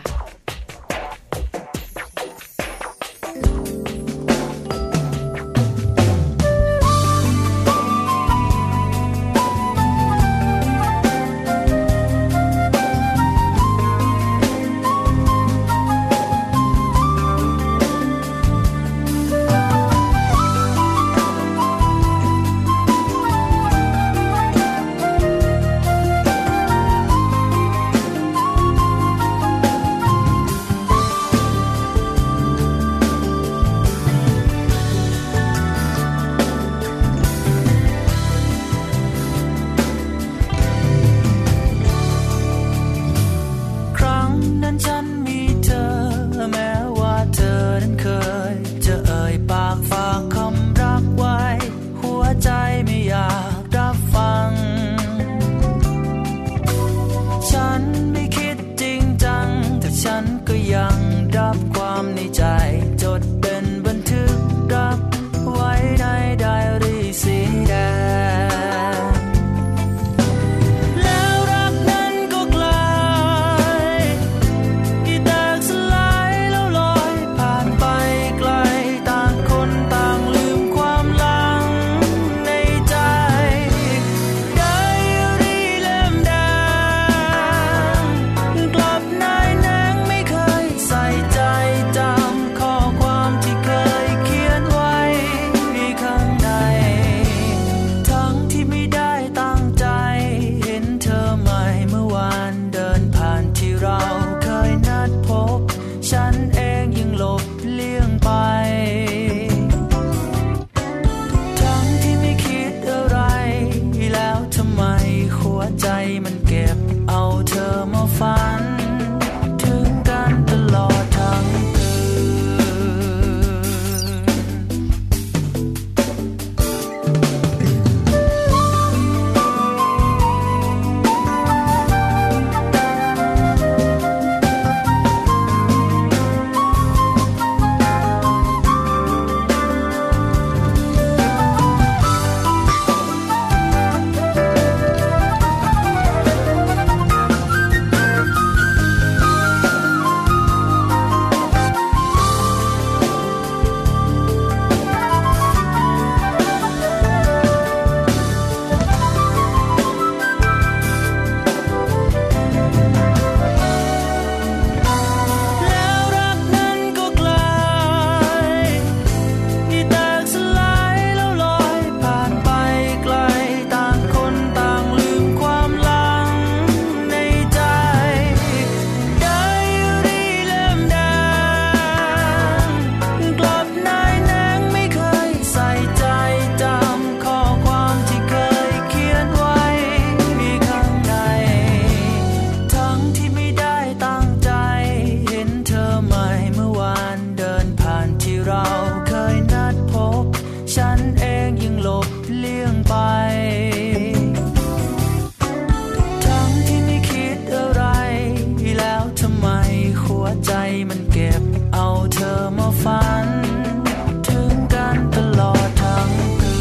ใจมันเก็บเอาเธอมาฝันถึงกันตลอดทั้งคื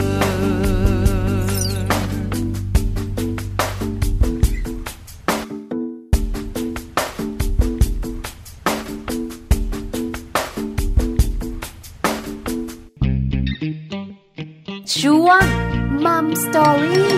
นช่วงมัมสตอรี่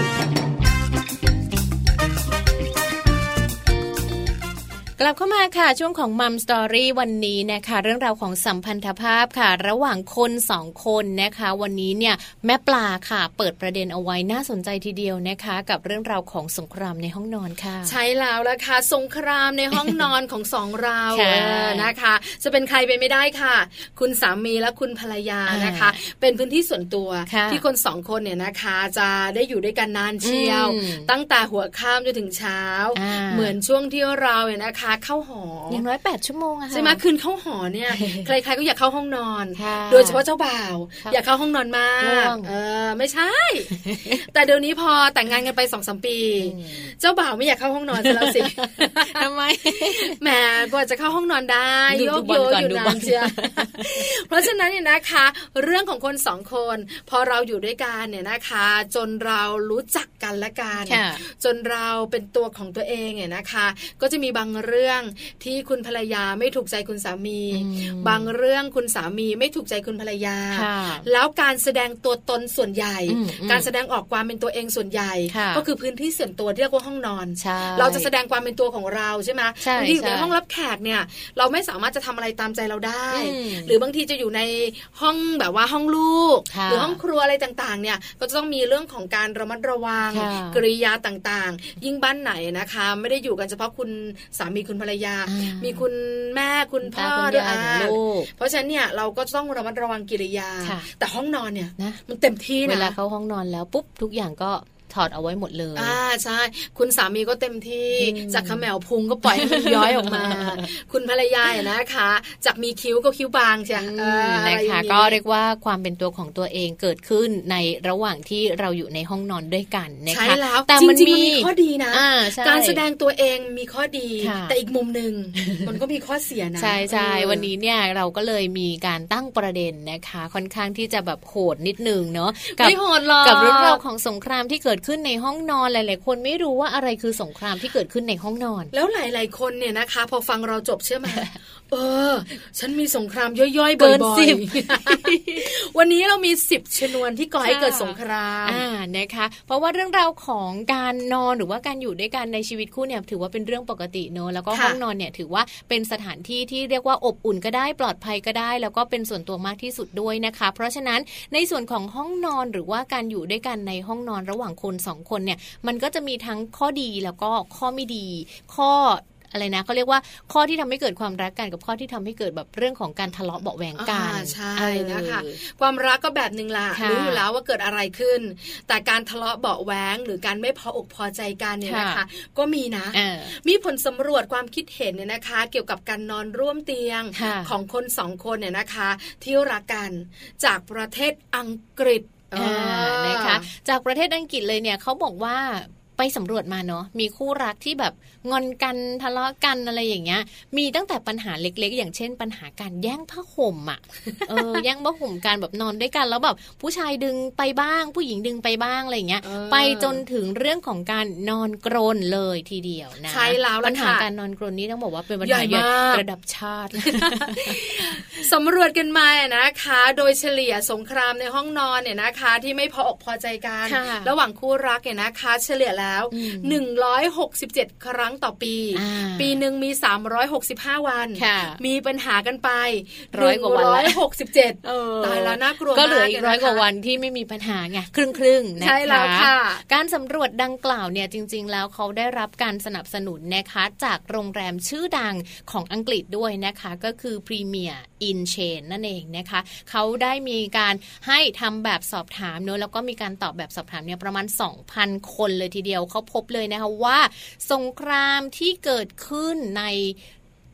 กลับเข้ามาค่ะช่วงของมัมสตอรี่วันนี้นะคะเรื่องราวของสัมพันธภาพค่ะระหว่างคนสองคนนะคะวันนี้เนี่ยแม่ปลาค่ะเปิดประเด็นเอาไว้น่าสนใจทีเดียวนะคะกับเรื่องราวของสงครามในห้องนอนค่ะใช่แล้วละค่ะสงครามในห้องนอนของสองเรานะคะจะเป็นใครไปไม่ได้ค่ะคุณสามีและคุณภรรยานะคะเป็นพื้นที่ส่วนตัวที่คนสองคนเนี่ยนะคะจะได้อยู่ด้วยกันนานเชียวตั้งแต่หัวค่ำจนถึงเช้าเหมือนช่วงที่เราเนี่ยนะคะเข้าหออย่างน้อยแปดชั่วโมงอะค่ะใช่ไหมคืนเข้าหอเนี่ยใครๆก็อยากเข้าห้องนอนโดยเฉพาะเจ้าบ่าวอยากเข้าห้องนอนมากเออไม่ใช่แต่เดี๋ยวนี้พอแต่งงานกันไป สองสาม ปีเจ้าบ่าวไม่อยากเข้าห้องนอนซะแล้วสิทำไมแหมกว่าจะเข้าห้องนอนได้โยกโยอยู่นานเชียวเพราะฉะนั้นเนี่ยนะคะเรื่องของคนสองคนพอเราอยู่ด้วยกันเนี่ยนะคะจนเรารู้จักกันและกันจนเราเป็นตัวของตัวเองเนี่ยนะคะก็จะมีบางเรื่องที่คุณภรรยาไม่ถูกใจคุณสามีบางเรื่องคุณสามีไม่ถูกใจคุณภรรยาแล้วการแสดงตัวตนส่วนใหญ่การแสดงออกความเป็นตัวเองส่วนใหญ่ก็คือพื้นที่ส่วนตัวที่เรียกว่าห้องนอนเราจะแสดงความเป็นตัวของเราใช่ไหมบางทีอยู่ในห้องรับแขกเนี่ยเราไม่สามารถจะทำอะไรตามใจเราได้หรือบางทีจะอยู่ในห้องแบบว่าห้องลูกหรือห้องครัวอะไรต่างๆเนี่ยก็จะต้องมีเรื่องของการระมัดระวังกริยาต่างๆยิ่งบ้านไหนนะคะไม่ได้อยู่กันเฉพาะคุณสามีคุณภรรยามีคุณแม่คุณพ่อด้วยอ่ะเพราะฉะนั้นเนี่ยเราก็ต้องระมัดระวังกิริยาแต่ห้องนอนเนี่ยมันเต็มที่นะเวลาเข้าห้องนอนแล้วปุ๊บทุกอย่างก็ถอดเอาไว้หมดเลยอ่าใช่คุณสามีก็เต็มที่จากขมแมวพุงก็ปล่อยให้มันย้อยออกมาคุณภรรยาเนี่ยนะคะจากมีคิ้วก็คิ้วบางใช่นะคะก็เรียกว่าความเป็นตัวของตัวเองเกิดขึ้นในระหว่างที่เราอยู่ในห้องนอนด้วยกันนะคะใช่แล้วแต่มันมีข้อดีนะการแสดงตัวเองมีข้อดีแต่อีกมุมนึงมันก็มีข้อเสียนะใช่ใช่วันนี้เนี่ยเราก็เลยมีการตั้งประเด็นนะคะค่อนข้างที่จะแบบโหดนิดนึงเนาะกับกับเรื่องราวของสงครามที่เกิดขึ้นในห้องนอนหลายๆคนไม่รู้ว่าอะไรคือสงครามที่เกิดขึ้นในห้องนอนแล้วหลายๆคนเนี่ยนะคะพอฟังเราจบเชื่อไหมเออฉันมีสงครามย่อยๆบ่อยๆวันนี้เรามีสิบชนวนที่ก่อให้เกิดสงครามอ่านะคะเพราะว่าเรื่องราวของการนอนหรือว่าการอยู่ด้วยกันในชีวิตคู่เนี่ยถือว่าเป็นเรื่องปกติเนอะแล้วก็ห้องนอนเนี่ยถือว่าเป็นสถานที่ที่เรียกว่าอบอุ่นก็ได้ปลอดภัยก็ได้แล้วก็เป็นส่วนตัวมากที่สุดด้วยนะคะเพราะฉะนั้นในส่วนของห้องนอนหรือว่าการอยู่ด้วยกันในห้องนอนระหว่างคนสองคนเนี่ยมันก็จะมีทั้งข้อดีแล้วก็ข้อไม่ดีข้ออะไรนะเขาเรียกว่าข้อที่ทำให้เกิดความรักกันกับข้อที่ทำให้เกิดแบบเรื่องของการทะเลาะเบาะแว้งกันใช่นะคะความรักก็แบบนึงล่ะรู้อยู่แล้วว่าเกิดอะไรขึ้นแต่การทะเลาะเบาะแว้งหรือการไม่พออกพอใจกันเนี่ยนะคะก็มีนะมีผลสำรวจความคิดเห็นเนี่ยนะคะเกี่ยวกับการนอนร่วมเตียงของคนสองคนเนี่ยนะคะที่รักกันจากประเทศอังกฤษนะคะจากประเทศอังกฤษเลยเนี่ยเขาบอกว่าไปสำรวจมาเนาะมีคู่รักที่แบบงอนกันทะเลาะกันอะไรอย่างเงี้ยมีตั้งแต่ปัญหาเล็กๆอย่างเช่นปัญหาการแย่งผ้าห่มอ่ะเออแย่งผ้าห่มกันแบบนอนด้วยกันแล้วแบบผู้ชายดึงไปบ้างผู้หญิงดึงไปบ้างอะไรอย่างเงี้ยไปจนถึงเรื่องของการนอนกรนเลยทีเดียวนะใช่แล้วปัญหาการนอนกรนนี้ต้องบอกว่าเป็นปัญหาใหญ่ระดับชาติสำรวจกันมานะคะโดยเฉลี่ยสงครามในห้องนอนเนี่ยนะคะที่ไม่พออกพอใจกันระหว่างคู่รักเนี่ยนะคะเฉลี่ยแล้วหนึ่งร้อยหกสิบเจ็ดครั้งต่อปีปีนึงมีสามร้อยหกสิบห้าวันมีปัญหากันไปร้อยกว่าวันร้อยหกสิบเจ็ดตายแล้วน่ากลัวมากก็เหลืออีกร้อยกว่าวันที่ไม่มีปัญหาไงครึ่งๆนะคะใช่แล้วค่ะการสำรวจดังกล่าวเนี่ยจริงๆแล้วเขาได้รับการสนับสนุนนะคะจากโรงแรมชื่อดังของอังกฤษด้วยนะคะก็คือ Premier Inn Chain นั่นเองนะคะเขาได้มีการให้ทำแบบสอบถามเนอะแล้วก็มีการตอบแบบสอบถามเนี่ยประมาณ สองพัน คนเลยทีเดียวเขาพบเลยนะคะว่าสงครามที่เกิดขึ้นใน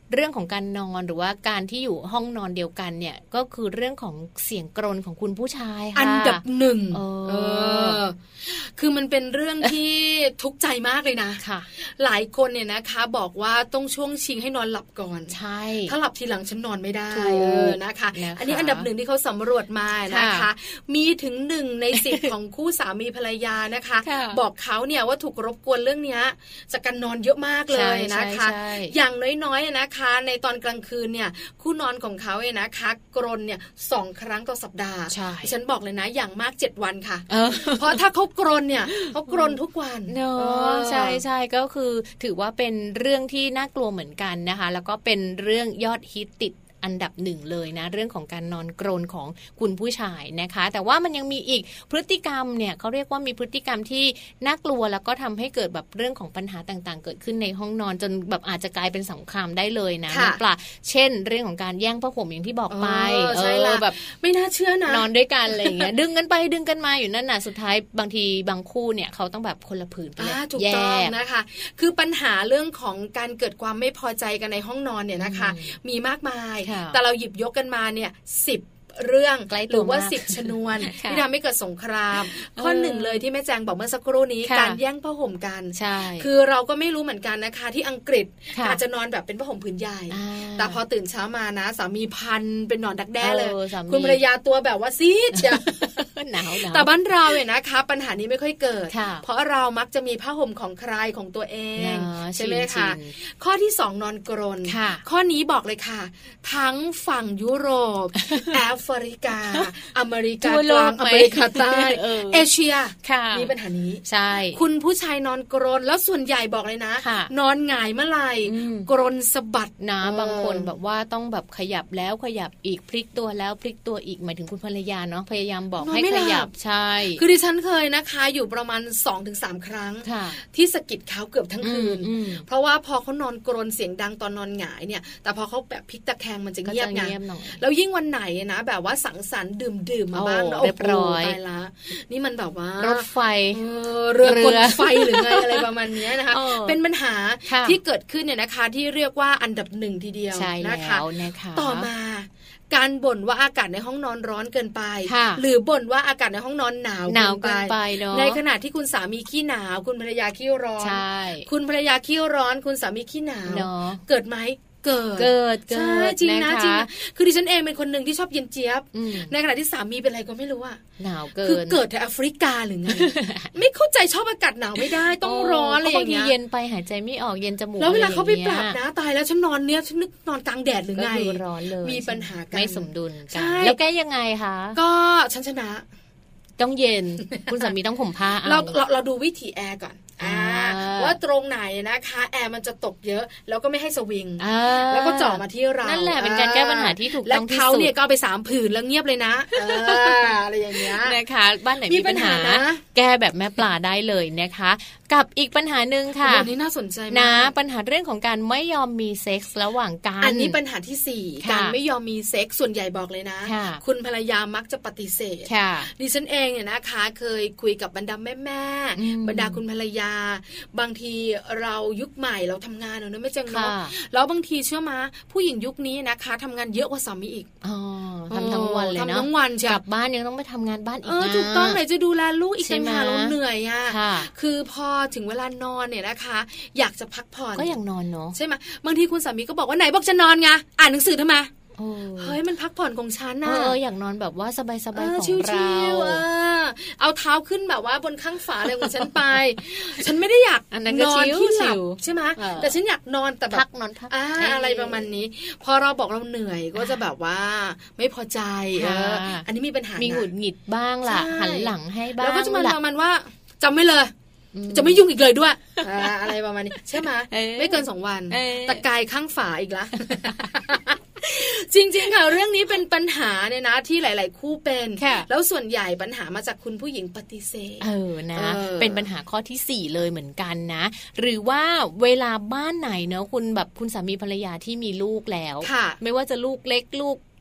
เรื่องของการนอนหรือว่าการที่อยู่ห้องนอนเดียวกันเนี่ยก็คือเรื่องของเสียงกรนของคุณผู้ชายค่ะอันดับหนึ่งเออเออคือมันเป็นเรื่องที่ทุกข์ใจมากเลยนะค่ะหลายคนเนี่ยนะคะบอกว่าต้องช่วงชิงให้นอนหลับก่อนใช่ถ้าหลับทีหลังฉันนอนไม่ได้เออนะคะอันนี้อันดับหนึ่งที่เขาสำรวจมานะคะมีถึงหนึ่งในสิบของคู่สามีภรรยานะคะบอกเขาเนี่ยว่าถูกรบกวนเรื่องนี้จากการนอนเยอะมากเลยนะคะอย่างน้อยๆนะคะในตอนกลางคืนเนี่ยคู่นอนของเขาเนี่ยนะคะกรนเนี่ยสองครั้งต่อสัปดาห์ฉันบอกเลยนะอย่างมากเจ็ดวันค่ะเพราะถ้าเขากรนเนี่ยเขากรนทุกวันเนาะใช่ใช่ก็คือถือว่าเป็นเรื่องที่น่ากลัวเหมือนกันนะคะแล้วก็เป็นเรื่องยอดฮิตติดอันดับหนึ่งเลยนะเรื่องของการนอนกรนของคุณผู้ชายนะคะแต่ว่ามันยังมีอีกพฤติกรรมเนี่ยเขาเรียกว่ามีพฤติกรรมที่น่ากลัวแล้วก็ทำให้เกิดแบบเรื่องของปัญหาต่างๆเกิดขึ้นในห้องนอนจนแบบอาจจะกลายเป็นสงครามได้เลยนะน้องปลาเช่นเรื่องของการแย่งผ้าห่มอย่างที่บอกไปเออแบบไม่น่าเชื่อนะนอนด้วยกันอะไรอย่างเงี้ยดึงกันไปดึงกันมาอยู่นั่นน่ะสุดท้ายบางทีบางคู่เนี่ยเขาต้องแบบคนละผืนไปเลยถูกต้องนะคะคือปัญหาเรื่องของการเกิดความไม่พอใจกันในห้องนอนเนี่ยนะคะมีมากมายแต่เราหยิบยกกันมาเนี่ยสิบเรื่องหรือว่าสิบชนวนที่ทำให้เกิดสงครามข้อหนึ่งเลยที่แม่แจงบอกเมื่อสักครู่นี้การแย่งผ้าห่มกันคือเราก็ไม่รู้เหมือนกันนะคะที่อังกฤษอาจจะนอนแบบเป็นผ้าห่มผืนใหญ่แต่พอตื่นเช้ามานะสามีพันเป็นนอนดักแด้เลยคุณภรรยาตัวแบบว่าซีดจ้ะหนาวแต่บ้านเราเนี่ยนะคะปัญหานี้ไม่ค่อยเกิดเพราะเรามักจะมีผ้าห่มของใครของตัวเองใช่ไหมคะข้อที่สองนอนกรนข้อนี้บอกเลยค่ะทั้งฝั่งยุโรปแอฟริกาอเมริกากลางอเมริกาใต้เอเชียมีปัญหานี้ใช่คุณผู้ชายนอนกรนแล้วส่วนใหญ่บอกเลยนะนอนหงายเมื่อไหร่กรนสะบัดนะบางคนแบบว่าต้องแบบขยับแล้วขยับอีกพลิกตัวแล้วพลิกตัวอีกหมายถึงคุณภรรยาเนาะพยายามบอกให้ขยับใช่คือดิฉันเคยนะคะอยู่ประมาณ สองถึงสาม ครั้งที่สะกิดเขาเกือบทั้งคืนเพราะว่าพอเขานอนกรนเสียงดังตอนนอนหงายเนี่ยแต่พอเขาแบบพลิกตะแคงมันจะเงียบไงแล้วยิ่งวันไหนนะแบบว่าสังสรรค์ดื่มๆมาบ้างเรียบร้อยตายละนี่มันแบบว่ารถไฟเรือกลไฟหรือไงอะไรประมาณนี้นะคะเป็นปัญหาที่เกิดขึ้นเนี่ยนะคะที่เรียกว่าอันดับหนึ่งทีเดียวนะคะต่อมาการบ่นว่าอากาศในห้องนอนร้อนเกินไปหรือบ่นว่าอากาศในห้องนอนหนาวเกินไปในขณะที่คุณสามีขี้หนาวคุณภรรยาขี้ร้อนคุณภรรยาขี้ร้อนคุณสามีขี้หนาวเกิดไหมเกิดเกิดใช่จริงนะจริงคือดิฉันเองเป็นคนหนึ่งที่ชอบเย็นเจี๊ยบในขณะที่สามีเป็นอะไรก็ไม่รู้อะหนาวเกินคือเกิดในแอฟริกาหรือไงไม่เข้าใจชอบอากาศหนาวไม่ได้ต้องร้อนอะไรอย่างเงี้ยเย็นไปหายใจไม่ออกเย็นจมูกแล้วเวลาเขาไปปรับนะตายแล้วฉันนอนเนี้ยฉันนึกนอนกลางแดดหรือไงก็ร้อนเลยมีปัญหากันไม่สมดุลกันแล้วแก้ยังไงคะก็ฉันชนะต้องเย็นคุณสามีต้องห่มผ้าเราเราเราดูวิธีแอร์ก่อนว่าตรงไหนนะคะแอร์มันจะตกเยอะแล้วก็ไม่ให้สวิงแล้วก็จ่อมาที่เรานั่นแหละเป็นการแก้ปัญหาที่ถูกต้องที่สุดแล้วเขาเนี่ยก็ไปสามผืนแล้วเงียบเลยนะอะไรอย่างเงี้ยนะคะบ้านไหนมีปัญหาแก้แบบแม่ปลาได้เลยนะคะกับอีกปัญหานึงค่ะอันนี้น่าสนใจนะปัญหาเรื่องของการไม่ยอมมีเซ็กส์ระหว่างกันอันนี้ปัญหาที่สี่การไม่ยอมมีเซ็กส์ส่วนใหญ่บอกเลยนะคุณภรรยามักจะปฏิเสธดิฉันเองเนี่ยนะคะเคยคุยกับบรรดาแม่ๆบรรดาคุณภรรยาบางทีเรายุคใหม่เราทำงานเนอะไม่จังเนาะแล้วบางทีเชื่อมาผู้หญิงยุคนี้นะคะทำงานเยอะกว่าสามีอีกทำทั้งวันเลยเนาะทำทั้งวันกลับบ้านยังต้องไปทำงานบ้านอีกนะถูกต้องไหนจะดูแลลูกอีกต่างหากเราเหนื่อยอ่ะคือพอถึงเวลานอนเนี่ยนะคะอยากจะพักผ่อนก็อยากนอนเนาะใช่ไหมบางทีคุณสามีก็บอกว่าไหนบอกจะนอนไงอ่านหนังสือทำไมเฮ้ยมันพักผ่อนของฉันนะเอออยากนอนแบบว่าสบายๆของเราเอาเท้าขึ้นแบบว่าบนข้างฝาอะไรของฉันไปฉันไม่ได้อยากนอนที่หลับใช่ไหมแต่ฉันอยากนอนแต่แบบพักนอนพักอะไรประมาณนี้พอเราบอกเราเหนื่อยก็จะแบบว่าไม่พอใจอันนี้มีปัญหามีหงุดหงิดบ้างล่ะหันหลังให้บ้างแล้วก็จะมาประมาณว่าจำไม่เลยจะไม่ยุ่งอีกเลยด้วยอะไรประมาณนี้ใช่ไหมไม่เกินสองวันตะกายข้างฝาอีกละจริงๆค่ะเรื่องนี้เป็นปัญหาเนี่ยนะที่หลายๆคู่เป็นแล้วส่วนใหญ่ปัญหามาจากคุณผู้หญิงปฏิเสธเออนะเป็นปัญหาข้อที่สี่เลยเหมือนกันนะหรือว่าเวลาบ้านไหนเนอะคุณแบบคุณสามีภรรยาที่มีลูกแล้วไม่ว่าจะลูกเล็กลูก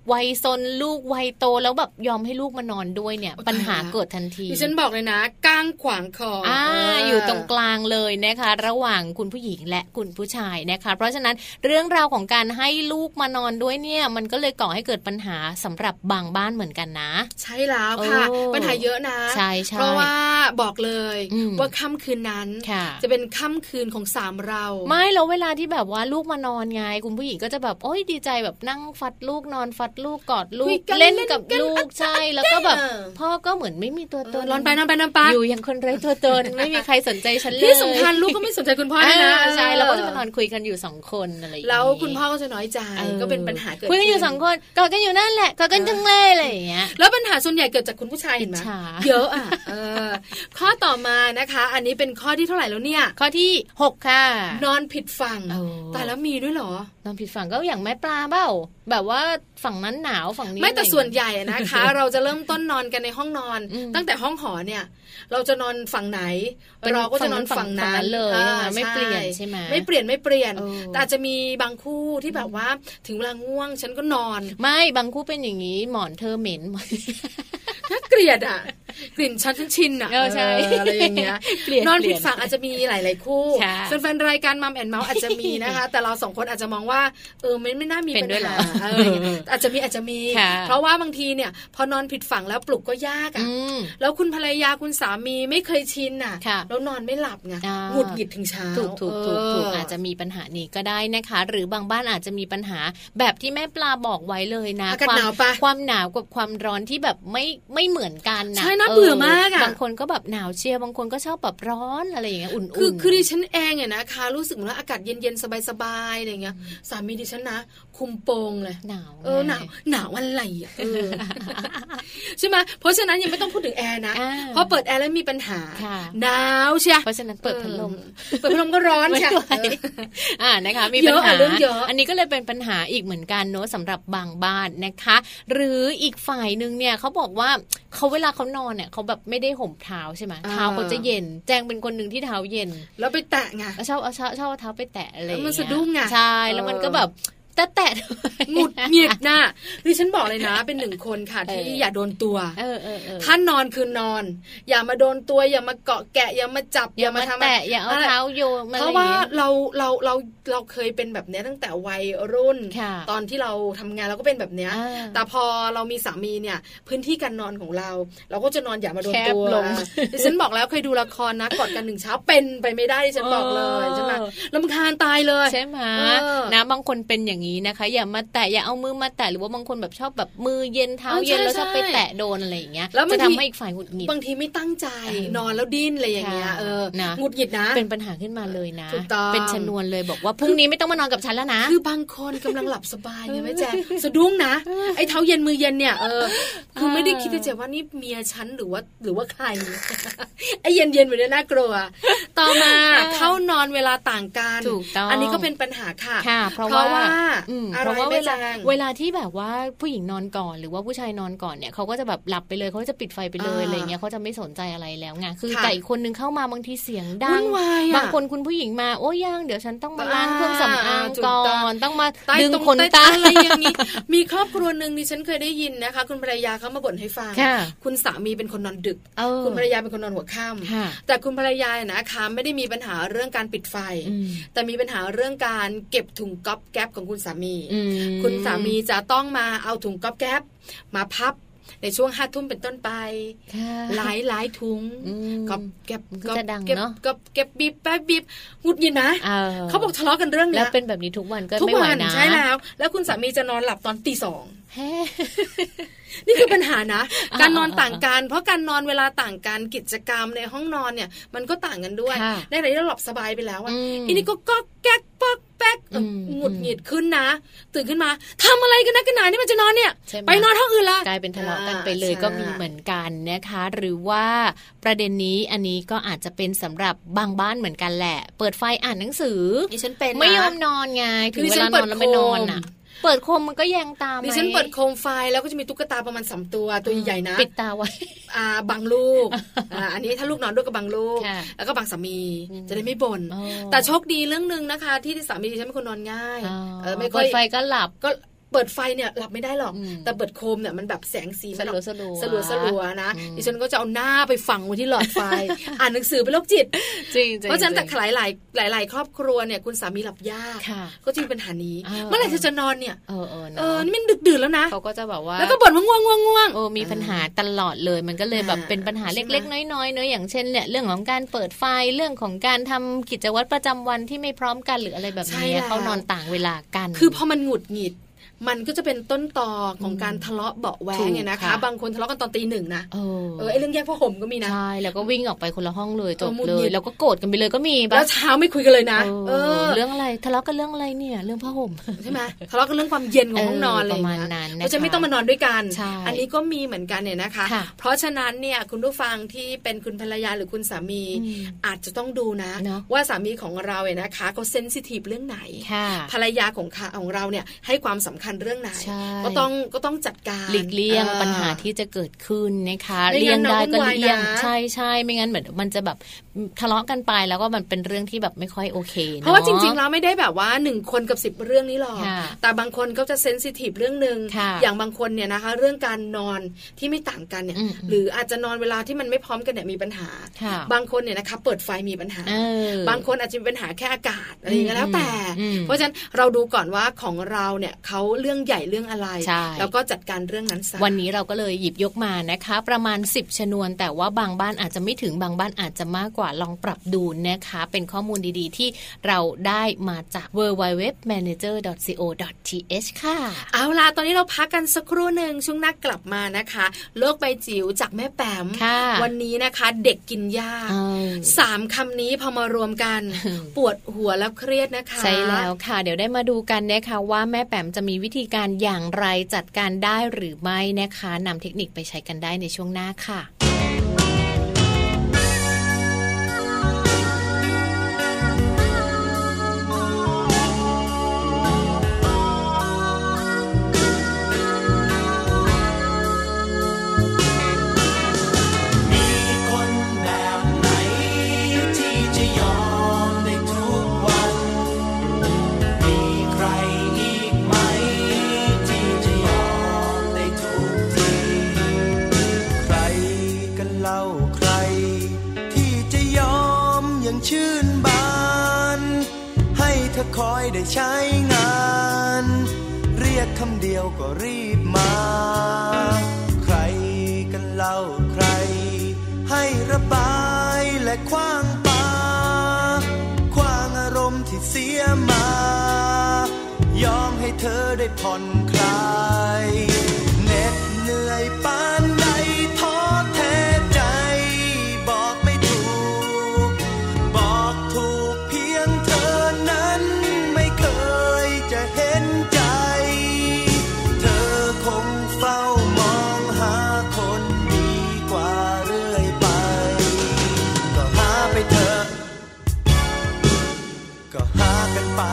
วัยซนลูกวัยโตแล้วแบบยอมให้ลูกมานอนด้วยเนี่ยปัญหาเกิดทันทีดิฉันบอกเลยนะก้างขวางคออ่าอ, อยู่ตรงกลางเลยนะคะระหว่างคุณผู้หญิงและคุณผู้ชายนะคะเพราะฉะนั้นเรื่องราวของการให้ลูกมานอนด้วยเนี่ยมันก็เลยก่อให้เกิดปัญหาสำหรับบางบ้านเหมือนกันนะใช่แล้วค่ะปัญหาเยอะนะใช่ใช่เพราะว่าบอกเลยว่าค่ำคืนนั้นจะเป็นค่ำคืนของสามเราไม่แล้วเวลาที่แบบว่าลูกมานอนไงคุณผู้หญิงก็จะแบบโอ๊ยดีใจแบบนั่งฟัดลูกนอนฟัดลูกกอดลูกเล่นกับลูกใช่แล้วก็แบบพ่อก็เหมือนไม่มีตัวตนนอนไปนอนไปนอนไปอยู่อย่างคนไร้ตัวตนไม่มีใครสนใจฉันเลยที่สำคัญลูกก็ไม่สนใจคุณพ่อนะใช่แล้วก็จะมานอนคุยกันอยู่สองคนอะไรอย่างนี้แล้วคุณพ่อก็จะน้อยใจก็เป็นปัญหาเกิดคุยกันอยู่สองคนกอดกันอยู่นั่นแหละกอดกันจังเลยอะไรอย่างเงี้ยแล้วปัญหาส่วนใหญ่เกิดจากคุณผู้ชายเห็นไหมเยอะอ่ะข้อต่อมานะคะอันนี้เป็นข้อที่เท่าไหร่แล้วเนี่ยข้อที่หกค่ะนอนผิดฝั่งแต่แล้วมีด้วยเหรอนอนผิดฝั่งก็อย่างแม่ปลาเปล่าแบบว่าฝั่งนั้นหนาวฝั่งนี้ไม่แต่ส่วนใหญ่นะคะ เราจะเริ่มต้นนอนกันในห้องนอนตั้งแต่ห้องหอเนี่ยเราจะนอนฝั่งไหนเราก็จะนอนฝั่งนั้นเลยไม่เปลี่ยนใช่ไหมไม่เปลี่ยนไม่เปลี่ยนแต่อาจจะมีบางคู่ที่แบบว่าถึงเวลาง่วงฉันก็นอนไม่บางคู่เป็นอย่างนี้หมอนเธอเหม็นน่าเกลียดอ่ะกลิ่นฉันฉันชินอ่ะอะไรอย่างเงี้ยนอนผิดฝั่งอาจจะมีหลายๆคู่แฟนๆรายการมัมแอนด์เมาส์อาจจะมีนะคะแต่เราสองคนอาจจะมองว่าเออไม่ไม่น่ามีปัญหาอาจจะมีอาจจะมีเพราะว่าบางทีเนี่ยพอนอนผิดฝั่งแล้วปลุกก็ยากอ่ะแล้วคุณภรรยาคุณสามีไม่เคยชินอ่ะแล้วนอนไม่หลับไงหงุดหงิดถึงเช้าถูกถูกถูกถูกอาจจะมีปัญหานี้ก็ได้นะคะหรือบางบ้านอาจจะมีปัญหาแบบที่แม่ปลาบอกไว้เลยนะความความหนาวกับความร้อนที่แบบไม่ไม่เหมือนกันนะใช่น่าเบื่อมากอ่ะบางคนก็แบบหนาวเชียร์บางคนก็ชอบแบบร้อนอะไรอย่างเงี้ยอุ่นๆคือคือดิฉันเองเนี่ยนะคะรู้สึกเหมือนอากาศเย็นๆสบายๆอะไรเงี้ยสามีดิฉันนะคุมโปงเลยหนาวเออหนาวหนาวอะไรอ่ะใช่ไหมเพราะฉะนั้นยังไม่ต้องพูดถึงแอร์นะเพราะเปิดแอร์แล้วมีปัญหาหนาวเชียเพราะฉะนั้นเปิดพัดลมเปิดพัดลมก็ร้อนใช่อ่านะคะมีปัญหาอันนี้ก็เลยเป็นปัญหาอีกเหมือนกันเนอะสำหรับบางบ้านนะคะหรืออีกฝ่ายนึงเนี่ยเขาบอกว่าเขาเวลาเขานอนเนี่ยเขาแบบไม่ได้ห่มเท้าใช่ไหมเท้าเขาจะเย็นแจงเป็นคนหนึ่งที่เท้าเย็นแล้วไปแตะไงชอบเอาชอบชอบเท้าไปแตะอะไรมันสะดุ้งไงใช่แล้วมันก็แบบแต่แต่หงุดหงิดน่ะดิฉันบอกเลยนะเป็นหนึ่งคนค่ะที่อย่าโดนตัวท่านนอนคือนอนอย่ามาโดนตัวอย่ามาเกาะแกะอย่ามาจับอย่ามาแตะอย่าเอาเท้าโยนเพราะว่าเราเราเราเราเคยเป็นแบบนี้ตั้งแต่วัยรุ่นตอนที่เราทำงานเราก็เป็นแบบนี้แต่พอเรามีสามีเนี่ยพื้นที่การนอนของเราเราก็จะนอนอย่ามาโดนตัวดิฉันบอกแล้วเคยดูละครนะกอดกันหนึ่งเช้าเป็นไปไม่ได้ดิฉันบอกเลยใช่ไหมรำคาญตายเลยใช่ไหมนะบางคนเป็นอย่างนะคะอย่ามาแตะอย่าเอามือมาแตะหรือว่าบางคนแบบชอบแบบมือเย็นเท้าเย็นแล้วชอบไปแตะโดนอะไรอย่างเงี้ยจะทำให้อีกฝ่ายหงุดหงิดบางทีไม่ตั้งใจนอนแล้วดิ้นอะไรอย่างเงี้ยเออหงุดหงิดนะเป็นปัญหาขึ้นมาเลยนะเป็นชนวนเลยบอกว่าพรุ่งนี้ไม่ต้องมานอนกับฉันแล้วนะคือบางคนกำลังหลับสบายไงแม่แจ๊สะดุ้งนะไอ้เท้าเย็นมือเย็นเนี่ยเออคือไม่ได้คิดจะว่านี่เมียฉันหรือว่าหรือว่าใครไอ้เย็นเย็นแบบนี้น่ากลัวต่อมาเข้านอนเวลาต่างกันอันนี้ก็เป็นปัญหาค่ะเพราะว่าเพราะว่าเวลาเวลาที่แบบว่าผู้หญิงนอนก่อนหรือว่าผู้ชายนอนก่อนเนี่ยเขาก็จะแบบหลับไปเลยเขาจะปิดไฟไปเลยอะไรเงี้ยเขาจะไม่สนใจอะไรแล้วไงคือแต่อีกคนนึงเข้ามาบางทีเสียงดังบางคนคุณผู้หญิงมาโอ้ยังเดี๋ยวฉันต้องมาล้างเครื่องสำอางก่อนต้องมาดึงขนตาอะไรอย่างนี้มีครอบครัวนึงดิฉันเคยได้ยินนะคะคุณภรรยาเขามาบ่นให้ฟังคุณสามีเป็นคนนอนดึกคุณภรรยาเป็นคนนอนหัวค่ำแต่คุณภรรยานะคะไม่ได้มีปัญหาเรื่องการปิดไฟแต่มีปัญหาเรื่องการเก็บถุงก๊อบแก๊บของคุณสามีคุณสามีจะต้องมาเอาถุงก๊อบแก๊บมาพับในช่วงห้าทุ่มเป็นต้นไปหลายหลายถุงก๊อบแก๊บก็จะดังเนาะก๊อบแก๊บบีบแป๊บบีบหงุดหงิดนะเขาบอกทะเลาะกันเรื่องนี้แล้วเป็นแบบนี้ทุกวันก็ไม่ไหวนะใช่แล้วแล้วคุณสามีจะนอนหลับตอนตีสองนี่คือปัญหานะการนอนต่างกันเพราะการนอนเวลาต่างกันกิจกรรมในห้องนอนเนี่ยมันก็ต่างกันด้วยในขณะที่เราหลับสบายไปแล้วอ่ะอันนี้ก็ก๊อกแก๊กป๊อกแป๊กหงุดหงิดขึ้นนะตื่นขึ้นมาทำอะไรกันนะกันหนานี่มันจะนอนเนี่ยไปนอนห้องอื่นละกลายเป็นทะเลาะกันไปเลยก็มีเหมือนกันนะคะหรือว่าประเด็นนี้อันนี้ก็อาจจะเป็นสำหรับบางบ้านเหมือนกันแหละเปิดไฟอ่านหนังสือดิฉันเป็นไม่ยอมนอนไงถึงเวลานอนแล้วไม่นอนอ่ะเปิดโคมมันก็แยงตาไหมดิฉันเปิดโคมไฟแล้วก็จะมีตุ๊กตาประมาณสามตัวตัวใหญ่ๆนะปิดตาไว้อ่าบังลูกอ่าอันนี้ถ้าลูกนอนด้วยก็บังลูกแล้วก็บังสามีจะได้ไม่บ่นแต่โชคดีเรื่องนึงนะคะที่สามีดิฉันเป็นคนนอนง่ายเออไม่ค่อยไฟก็หลับก็เปิดไฟเนี่ยหลับไม่ได้หรอกแต่เปิดโคมเนี่ยมันแบบแสงสีมันสลัวสลัวสลัวนะดิฉันก็จะเอาหน้าไปฝังไว้ที่หลอดไฟ อ่านหนังสือเป็นโรคจิตจริงเพราะฉะนั้นแต่หลายหลายหลายหลายครอบครัวเนี่ยคุณสามีหลับยากก็จะมีปัญหานี้เมื่อไหร่จะนอนเนี่ยเออเออเออนี่มันดึกดื่นแล้วนะเขาก็จะแบบว่าแล้วก็บ่นว่าง่วงง่วงง่วงเออมีปัญหาตลอดเลยมันก็เลยแบบเป็นปัญหาเล็กๆน้อยๆเนอะอย่างเช่นเนี่ยเรื่องของการเปิดไฟเรื่องของการทำกิจวัตรประจำวันที่ไม่พร้อมกันหรืออะไรแบบนี้เขานอนต่างเวลากันคือพอมันหงุดหงิดมันก็จะเป็นต้นตอของการทะเลาะเบาะแว้งไงนะคะบางคนทะเลาะกันตอนตีหนึ่งนะเออเออไอ้เรื่องแยกผ้าห่มก็มีนะใช่แล้วก็วิ่งออกไปคนละห้องเลยจบเลยแล้วก็โกรธกันไปเลยก็มีแล้วเช้าไม่คุยกันเลยนะเออเรื่องอะไรทะเลาะกันเรื่องอะไรเนี่ยเรื่องผ้าห่มใช่ไหมทะเลาะกันเรื่องความเย็นของห้องนอนเลยนะเพราะฉะนั้นไม่ต้องมานอนด้วยกันอันนี้ก็มีเหมือนกันเนี่ยนะคะเพราะฉะนั้นเนี่ยคุณผู้ฟังที่เป็นคุณภรรยาหรือคุณสามีอาจจะต้องดูนะว่าสามีของเราเนี่ยนะคะเขาเซนซิทีฟเรื่องไหนภรรยาของของเราเนี่ยให้ความสำคัญเรื่องไหนก็ต้องก็ต้องจัดการหลีกเลี่ยงปัญหาที่จะเกิดขึ้นนะคะเลี่ยงได้ก็เลี่ยงใช่ใช่ไม่งั้นเหมือนมันจะแบบทะเลาะกันไปแล้วก็มันเป็นเรื่องที่แบบไม่ค่อยโอเคเพราะว่าจริงๆแล้วไม่ได้แบบว่าหนึ่งคนกับสิบเรื่องนี้หรอกแต่บางคนก็จะเซนซิทีฟเรื่องนึงอย่างบางคนเนี่ยนะคะเรื่องการนอนที่ไม่ต่างกันเนี่ยหรืออาจจะนอนเวลาที่มันไม่พร้อมกันเนี่ยมีปัญหาบางคนเนี่ยนะคะเปิดไฟมีปัญหาบางคนอาจจะมีปัญหาแค่อากาศอะไรอย่างเงี้ยแล้วแต่เพราะฉะนั้นเราดูก่อนว่าของเราเนี่ยเขาเรื่องใหญ่เรื่องอะไรแล้วก็จัดการเรื่องนั้นซะวันนี้เราก็เลยหยิบยกมานะคะประมาณสิบชนวนแต่ว่าบางบ้านอาจจะไม่ถึงบางบ้านอาจจะมากกว่าลองปรับดูนะคะเป็นข้อมูลดีๆที่เราได้มาจาก ดับเบิลยู ดับเบิลยู ดับเบิลยู ดอท แมเนเจอร์ ดอท ซี โอ ดอท ที เอช ค่ะเอาล่ะตอนนี้เราพักกันสักครู่นึงช่วงหน้ากลับมานะคะโลกใบจิ๋วจากแม่แปมวันนี้นะคะเด็กกินยากสามคำนี้พอมารวมกันปวดหัวแล้วเครียดนะคะใช่แล้วค่ะเดี๋ยวได้มาดูกันนะคะว่าแม่แปมจะมีวิธีการอย่างไรจัดการได้หรือไม่นะคะนำเทคนิคไปใช้กันได้ในช่วงหน้าค่ะชื่นบานให้เธอคอยได้ใช้งานเรียกคำเดียวก็รีบมาใครกันเล่าใครให้ระบายและขว้างปาขว้างอารมณ์ที่เสียมายอมให้เธอได้ผ่อนคลายเหน็ดเหนื่อยปานใดท้อแท้ใจบอกไม่ถูกบอกถูกเพียงเธอนั้นไม่เคยจะเห็นใจเธอคงเฝ้ามองหาคนดีกว่าเรื่อยไปก็หาไปเถอะก็หากันไป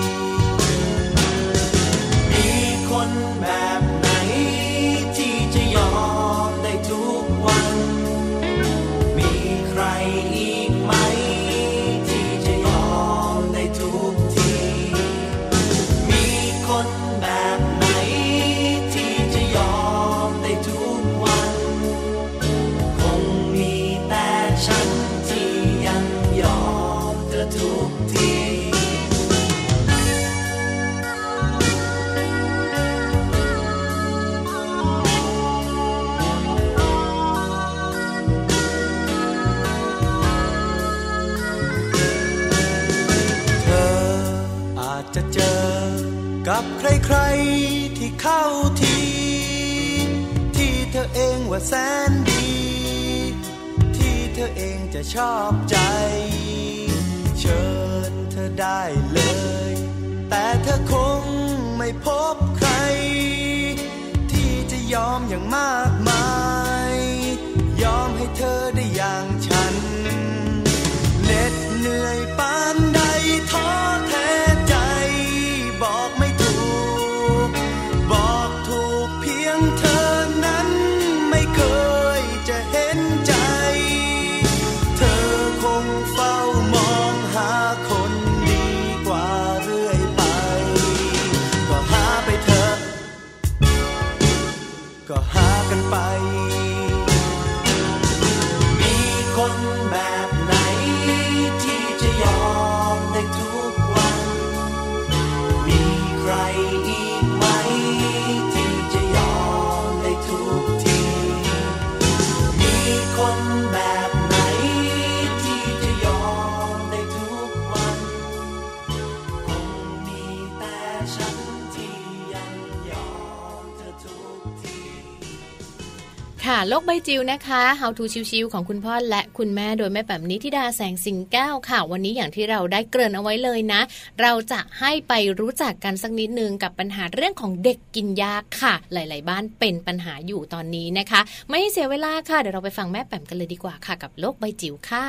มีคนแบบไหนที่จะยอมได้ทุกวันมีใครอีกไหมที่จะยอมได้ทุกทีมีคนแบบไหนที่จะยอมได้ทุกวันคงมีแต่ฉันที่ยังยอมเธอทุกทีจะเจอกับใครๆที่เข้าทีที่เธอเองว่าแสนดีที่เธอเองจะชอบใจเชิญเธอได้เลยแต่เธอคงไม่พบใครที่จะยอมอย่างมากมายยอมให้เธอได้อย่างฉันเหน็ดเหนื่อยปานใดท้อแท้ใจบอกไม่ถูกบอกถูกเพียงเธอนั้นไม่เคยจะเห็นใจเธอคงเฝ้ามองหาคนดีกว่าเรื่อยไปก็หาไปเถอะไปมีคนแบบไหนที่จะยอมได้ทุกวันมีใครอีกไหมที่จะยอมได้ทุกทีมีคนแบบไหนที่จะยอมได้ทุกวันคงมีแต่ฉันที่ยังยอมเธอทุกทีค่ะโลกใบจิ๋วนะคะ How to ชิวๆของคุณพ่อและคุณแม่โดยแม่แป๋มนิธิดาแสงสิงแก้วค่ะวันนี้อย่างที่เราได้เกริ่นเอาไว้เลยนะเราจะให้ไปรู้จักกันสักนิดนึงกับปัญหาเรื่องของเด็กกินยาค่ะหลายๆบ้านเป็นปัญหาอยู่ตอนนี้นะคะไม่ให้เสียเวลาค่ะเดี๋ยวเราไปฟังแม่แป๋มกันเลยดีกว่าค่ะกับโลกใบจิ๋วค่ะ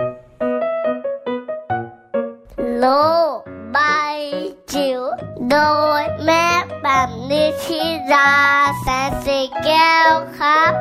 โลกใบจิ๋วโดยแม่แป๋มนิธิดาแสนสีแก้วครับ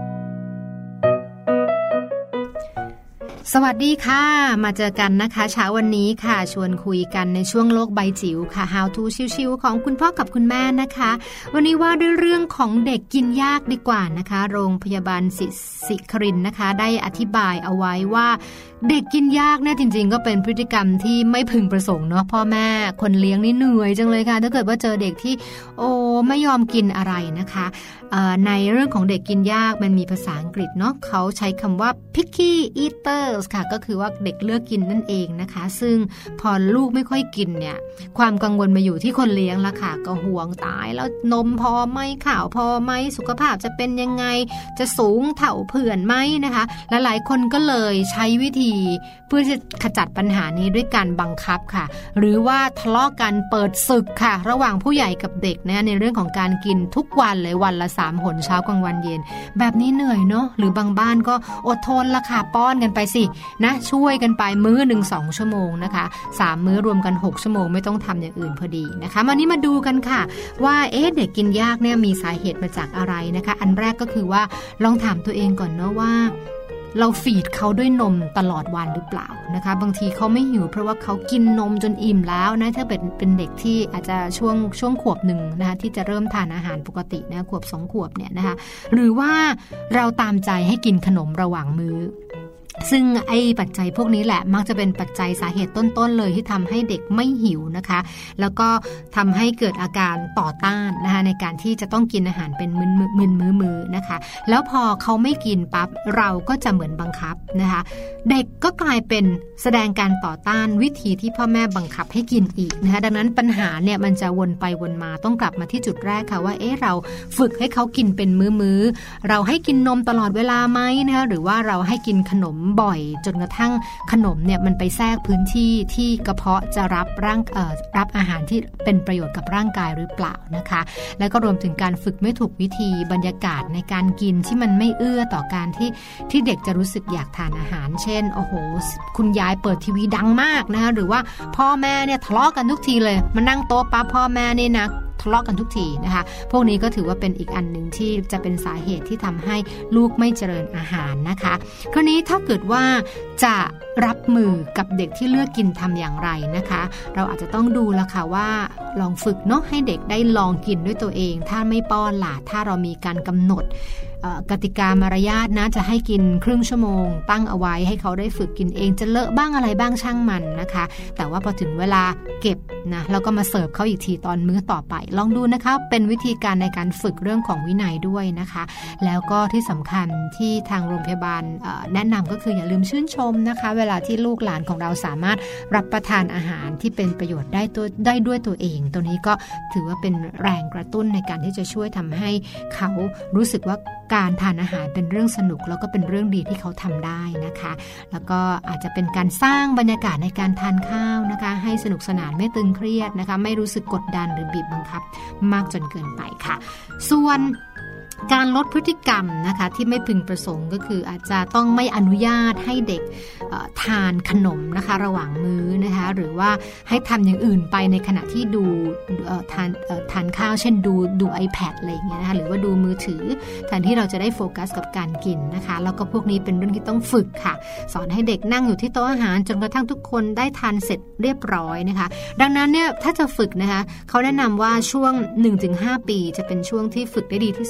สวัสดีค่ะมาเจอกันนะคะเช้าวันนี้ค่ะชวนคุยกันในช่วงโลกใบจิ๋วค่ะ How to ชิวๆของคุณพ่อกับคุณแม่นะคะวันนี้ว่าด้วยเรื่องของเด็กกินยากดีกว่านะคะโรงพยาบาลศิศิครินทร์นะคะได้อธิบายเอาไว้ว่าเด็กกินยากเนี่ยจริงๆก็เป็นพฤติกรรมที่ไม่พึงประสงค์เนาะพ่อแม่คนเลี้ยงนี่เหนื่อยจังเลยค่ะถ้าเกิดว่าเจอเด็กที่โอ้ไม่ยอมกินอะไรนะคะในเรื่องของเด็กกินยากมันมีภาษาอังกฤษเนาะเขาใช้คำว่า picky eaters ค่ะก็คือว่าเด็กเลือกกินนั่นเองนะคะซึ่งพอลูกไม่ค่อยกินเนี่ยความกังวลมาอยู่ที่คนเลี้ยงละค่ะก็ห่วงตายแล้วนมพอไหมข่าวพอไหมสุขภาพจะเป็นยังไงจะสูงเท่าเพื่อนไหมนะคะและหลายคนก็เลยใช้วิธีเพื่อจะขจัดปัญหานี้ด้วยการบังคับค่ะหรือว่าทะเลาะกันเปิดศึกค่ะระหว่างผู้ใหญ่กับเด็กนะในเรื่องของการกินทุกวันเลยวันละสามหนเช้ากลางวันเย็นแบบนี้เหนื่อยเนาะหรือบางบ้านก็อดทนละค่ะป้อนกันไปสินะช่วยกันไปมื้อหนึ่งสองชั่วโมงนะคะสามมื้อรวมกันหกชั่วโมงไม่ต้องทำอย่างอื่นพอดีนะคะวันนี้มาดูกันค่ะว่าเอ๊ะเด็กกินยากเนี่ยมีสาเหตุมาจากอะไรนะคะอันแรกก็คือว่าลองถามตัวเองก่อนเนาะว่าเราฟีดเขาด้วยนมตลอดวันหรือเปล่านะคะบางทีเขาไม่หิวเพราะว่าเขากินนมจนอิ่มแล้วนะถ้าเป็นเป็นเด็กที่อาจจะช่วงช่วงขวบหนึ่งนะคะที่จะเริ่มทานอาหารปกตินะขวบสองขวบเนี่ยนะคะหรือว่าเราตามใจให้กินขนมระหว่างมื้อซึ่งไอ้ปัจจัยพวกนี้แหละมักจะเป็นปัจจัยสาเหตุต้นๆเลยที่ทำให้เด็กไม่หิวนะคะแล้วก็ทำให้เกิดอาการต่อต้านนะคะในการที่จะต้องกินอาหารเป็นมื้อมื้อมื้อมื้อนะคะแล้วพอเขาไม่กินปั๊บเราก็จะเหมือนบังคับนะคะเด็กก็กลายเป็นแสดงการต่อต้านวิธีที่พ่อแม่บังคับให้กินอีกนะคะดังนั้นปัญหาเนี่ยมันจะวนไปวนมาต้องกลับมาที่จุดแรกค่ะว่าเอ๊ะเราฝึกให้เขากินเป็นมื้อมื้อเราให้กินนมตลอดเวลาไหมนะคะหรือว่าเราให้กินขนมบ่อยจนกระทั่งขนมเนี่ยมันไปแทรกพื้นที่ที่กระเพาะจะรับร่างเอ่อรับอาหารที่เป็นประโยชน์กับร่างกายหรือเปล่านะคะแล้วก็รวมถึงการฝึกไม่ถูกวิธีบรรยากาศในการกินที่มันไม่เอื้อต่อการที่ที่เด็กจะรู้สึกอยากทานอาหารเช่นโอ้โหคุณยายเปิดทีวีดังมากนะคะหรือว่าพ่อแม่เนี่ยทะเลาะกันทุกทีเลยมานั่งโต๊ะปั๊บพ่อแม่นี่นะทะเลาะกันทุกทีนะคะพวกนี้ก็ถือว่าเป็นอีกอันหนึ่งที่จะเป็นสาเหตุที่ทำให้ลูกไม่เจริญอาหารนะคะคราวนี้ถ้าเกิดว่าจะรับมือกับเด็กที่เลือกกินทำอย่างไรนะคะเราอาจจะต้องดูแล้วค่ะว่าลองฝึกเนาะให้เด็กได้ลองกินด้วยตัวเองถ้าไม่ป้อนล่ะถ้าเรามีการกำหนดกติกามารยาทนะจะให้กินครึ่งชั่วโมงตั้งเอาไว้ให้เขาได้ฝึกกินเองจะเลอะบ้างอะไรบ้างช่างมันนะคะแต่ว่าพอถึงเวลาเก็บนะแล้วก็มาเสิร์ฟเขาอีกทีตอนมื้อต่อไปลองดูนะคะเป็นวิธีการในการฝึกเรื่องของวินัยด้วยนะคะแล้วก็ที่สำคัญที่ทางโรงพยาบาลแนะนำก็คืออย่าลืมชื่นชมนะคะเวลาที่ลูกหลานของเราสามารถรับประทานอาหารที่เป็นประโยชน์ได้ตัวได้ด้วยตัวเองตัวนี้ก็ถือว่าเป็นแรงกระตุ้นในการที่จะช่วยทำให้เขารู้สึกว่าการทานอาหารเป็นเรื่องสนุกแล้วก็เป็นเรื่องดีที่เขาทำได้นะคะแล้วก็อาจจะเป็นการสร้างบรรยากาศในการทานข้าวนะคะให้สนุกสนานไม่ตึงเครียดนะคะไม่รู้สึกกดดันหรือบีบบังคับมากจนเกินไปค่ะส่วนการลดพฤติกรรมนะคะที่ไม่พึงประสงค์ก็คืออาจจะต้องไม่อนุญาตให้เด็กทานขนมนะคะระหว่างมื้อนะคะหรือว่าให้ทำอย่างอื่นไปในขณะที่ดูทานทานข้าวเช่นดูดู iPad อะไรอย่างเงี้ยนะคะหรือว่าดูมือถือแทนที่เราจะได้โฟกัสกับการกินนะคะแล้วก็พวกนี้เป็นเรื่องที่ต้องฝึกค่ะสอนให้เด็กนั่งอยู่ที่โต๊ะอาหารจนกระทั่งทุกคนได้ทานเสร็จเรียบร้อยนะคะดังนั้นเนี่ยถ้าจะฝึกนะคะเขาแนะนำว่าช่วง หนึ่งถึงห้า ปีจะเป็นช่วงที่ฝึกได้ดีที่สุดแล้วก็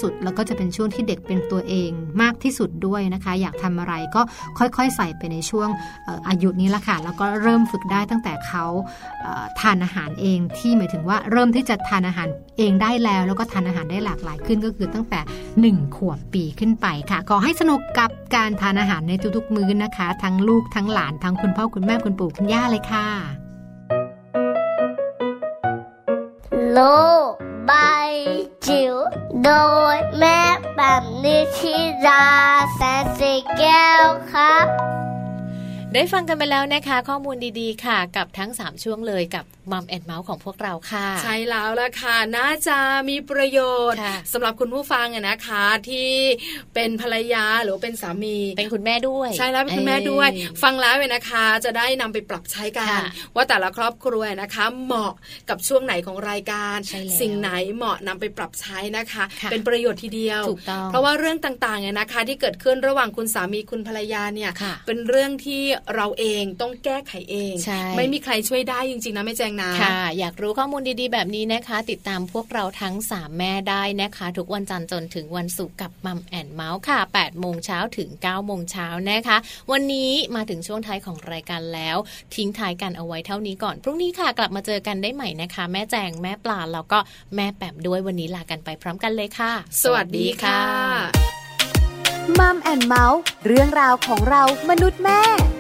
จะเป็นช่วงที่เด็กเป็นตัวเองมากที่สุดด้วยนะคะอยากทำอะไรก็ค่อยๆใส่ไปในช่วงอายุนี้ละค่ะแล้วก็เริ่มฝึกได้ตั้งแต่เขาทานอาหารเองที่หมายถึงว่าเริ่มที่จะทานอาหารเองได้แล้วแล้วก็ทานอาหารได้หลากหลายขึ้นก็คือตั้งแต่หนึ่งขวบปีขึ้นไปค่ะขอให้สนุกกับการทานอาหารในทุกๆมื้อนะคะทั้งลูกทั้งหลานทั้งคุณพ่อคุณแม่คุณปู่คุณย่าเลยค่ะโลกใบจิ๋วโดยแม่แบบนิชิราแสนสีแก้วครับได้ฟังกันไปแล้วนะคะข้อมูลดีๆค่ะกับทั้งสามช่วงเลยกับมัมแอนด์เมาส์ของพวกเราค่ะใช่แล้วล่ะค่ะน่าจะมีประโยชน์สำหรับคุณผู้ฟังอะนะคะที่เป็นภรรยาหรือเป็นสามีเป็นคุณแม่ด้วยใช่แล้วเป็นคุณแม่ด้วยฟังแล้วเนี่ยนะคะจะได้นำไปปรับใช้กันว่าแต่ละครอบครัวนะคะเหมาะกับช่วงไหนของรายการสิ่งไหนเหมาะนำไปปรับใช้นะคะเป็นประโยชน์ทีเดียวเพราะว่าเรื่องต่างๆเนี่ยนะคะที่เกิดขึ้นระหว่างคุณสามีคุณภรรยาเนี่ยเป็นเรื่องที่เราเองต้องแก้ไขเองไม่มีใครช่วยได้จริงๆนะแม่แจงนะค่ะอยากรู้ข้อมูลดีๆแบบนี้นะคะติดตามพวกเราทั้งสามแม่ได้นะคะทุกวันจันทร์จนถึงวันศุกร์กับมัมแอนด์เมาส์ค่ะ แปดโมงเช้าถึง เก้าโมงเช้านะคะวันนี้มาถึงช่วงท้ายของรายการแล้วทิ้งท้ายกันเอาไว้เท่านี้ก่อนพรุ่งนี้ค่ะกลับมาเจอกันได้ใหม่นะคะแม่แจงแม่ปลาแล้วก็แม่แปมด้วยวันนี้ลากันไปพร้อมกันเลยค่ะสวัสดีค่ะมัมแอนด์เมาส์เรื่องราวของเรามนุษย์แม่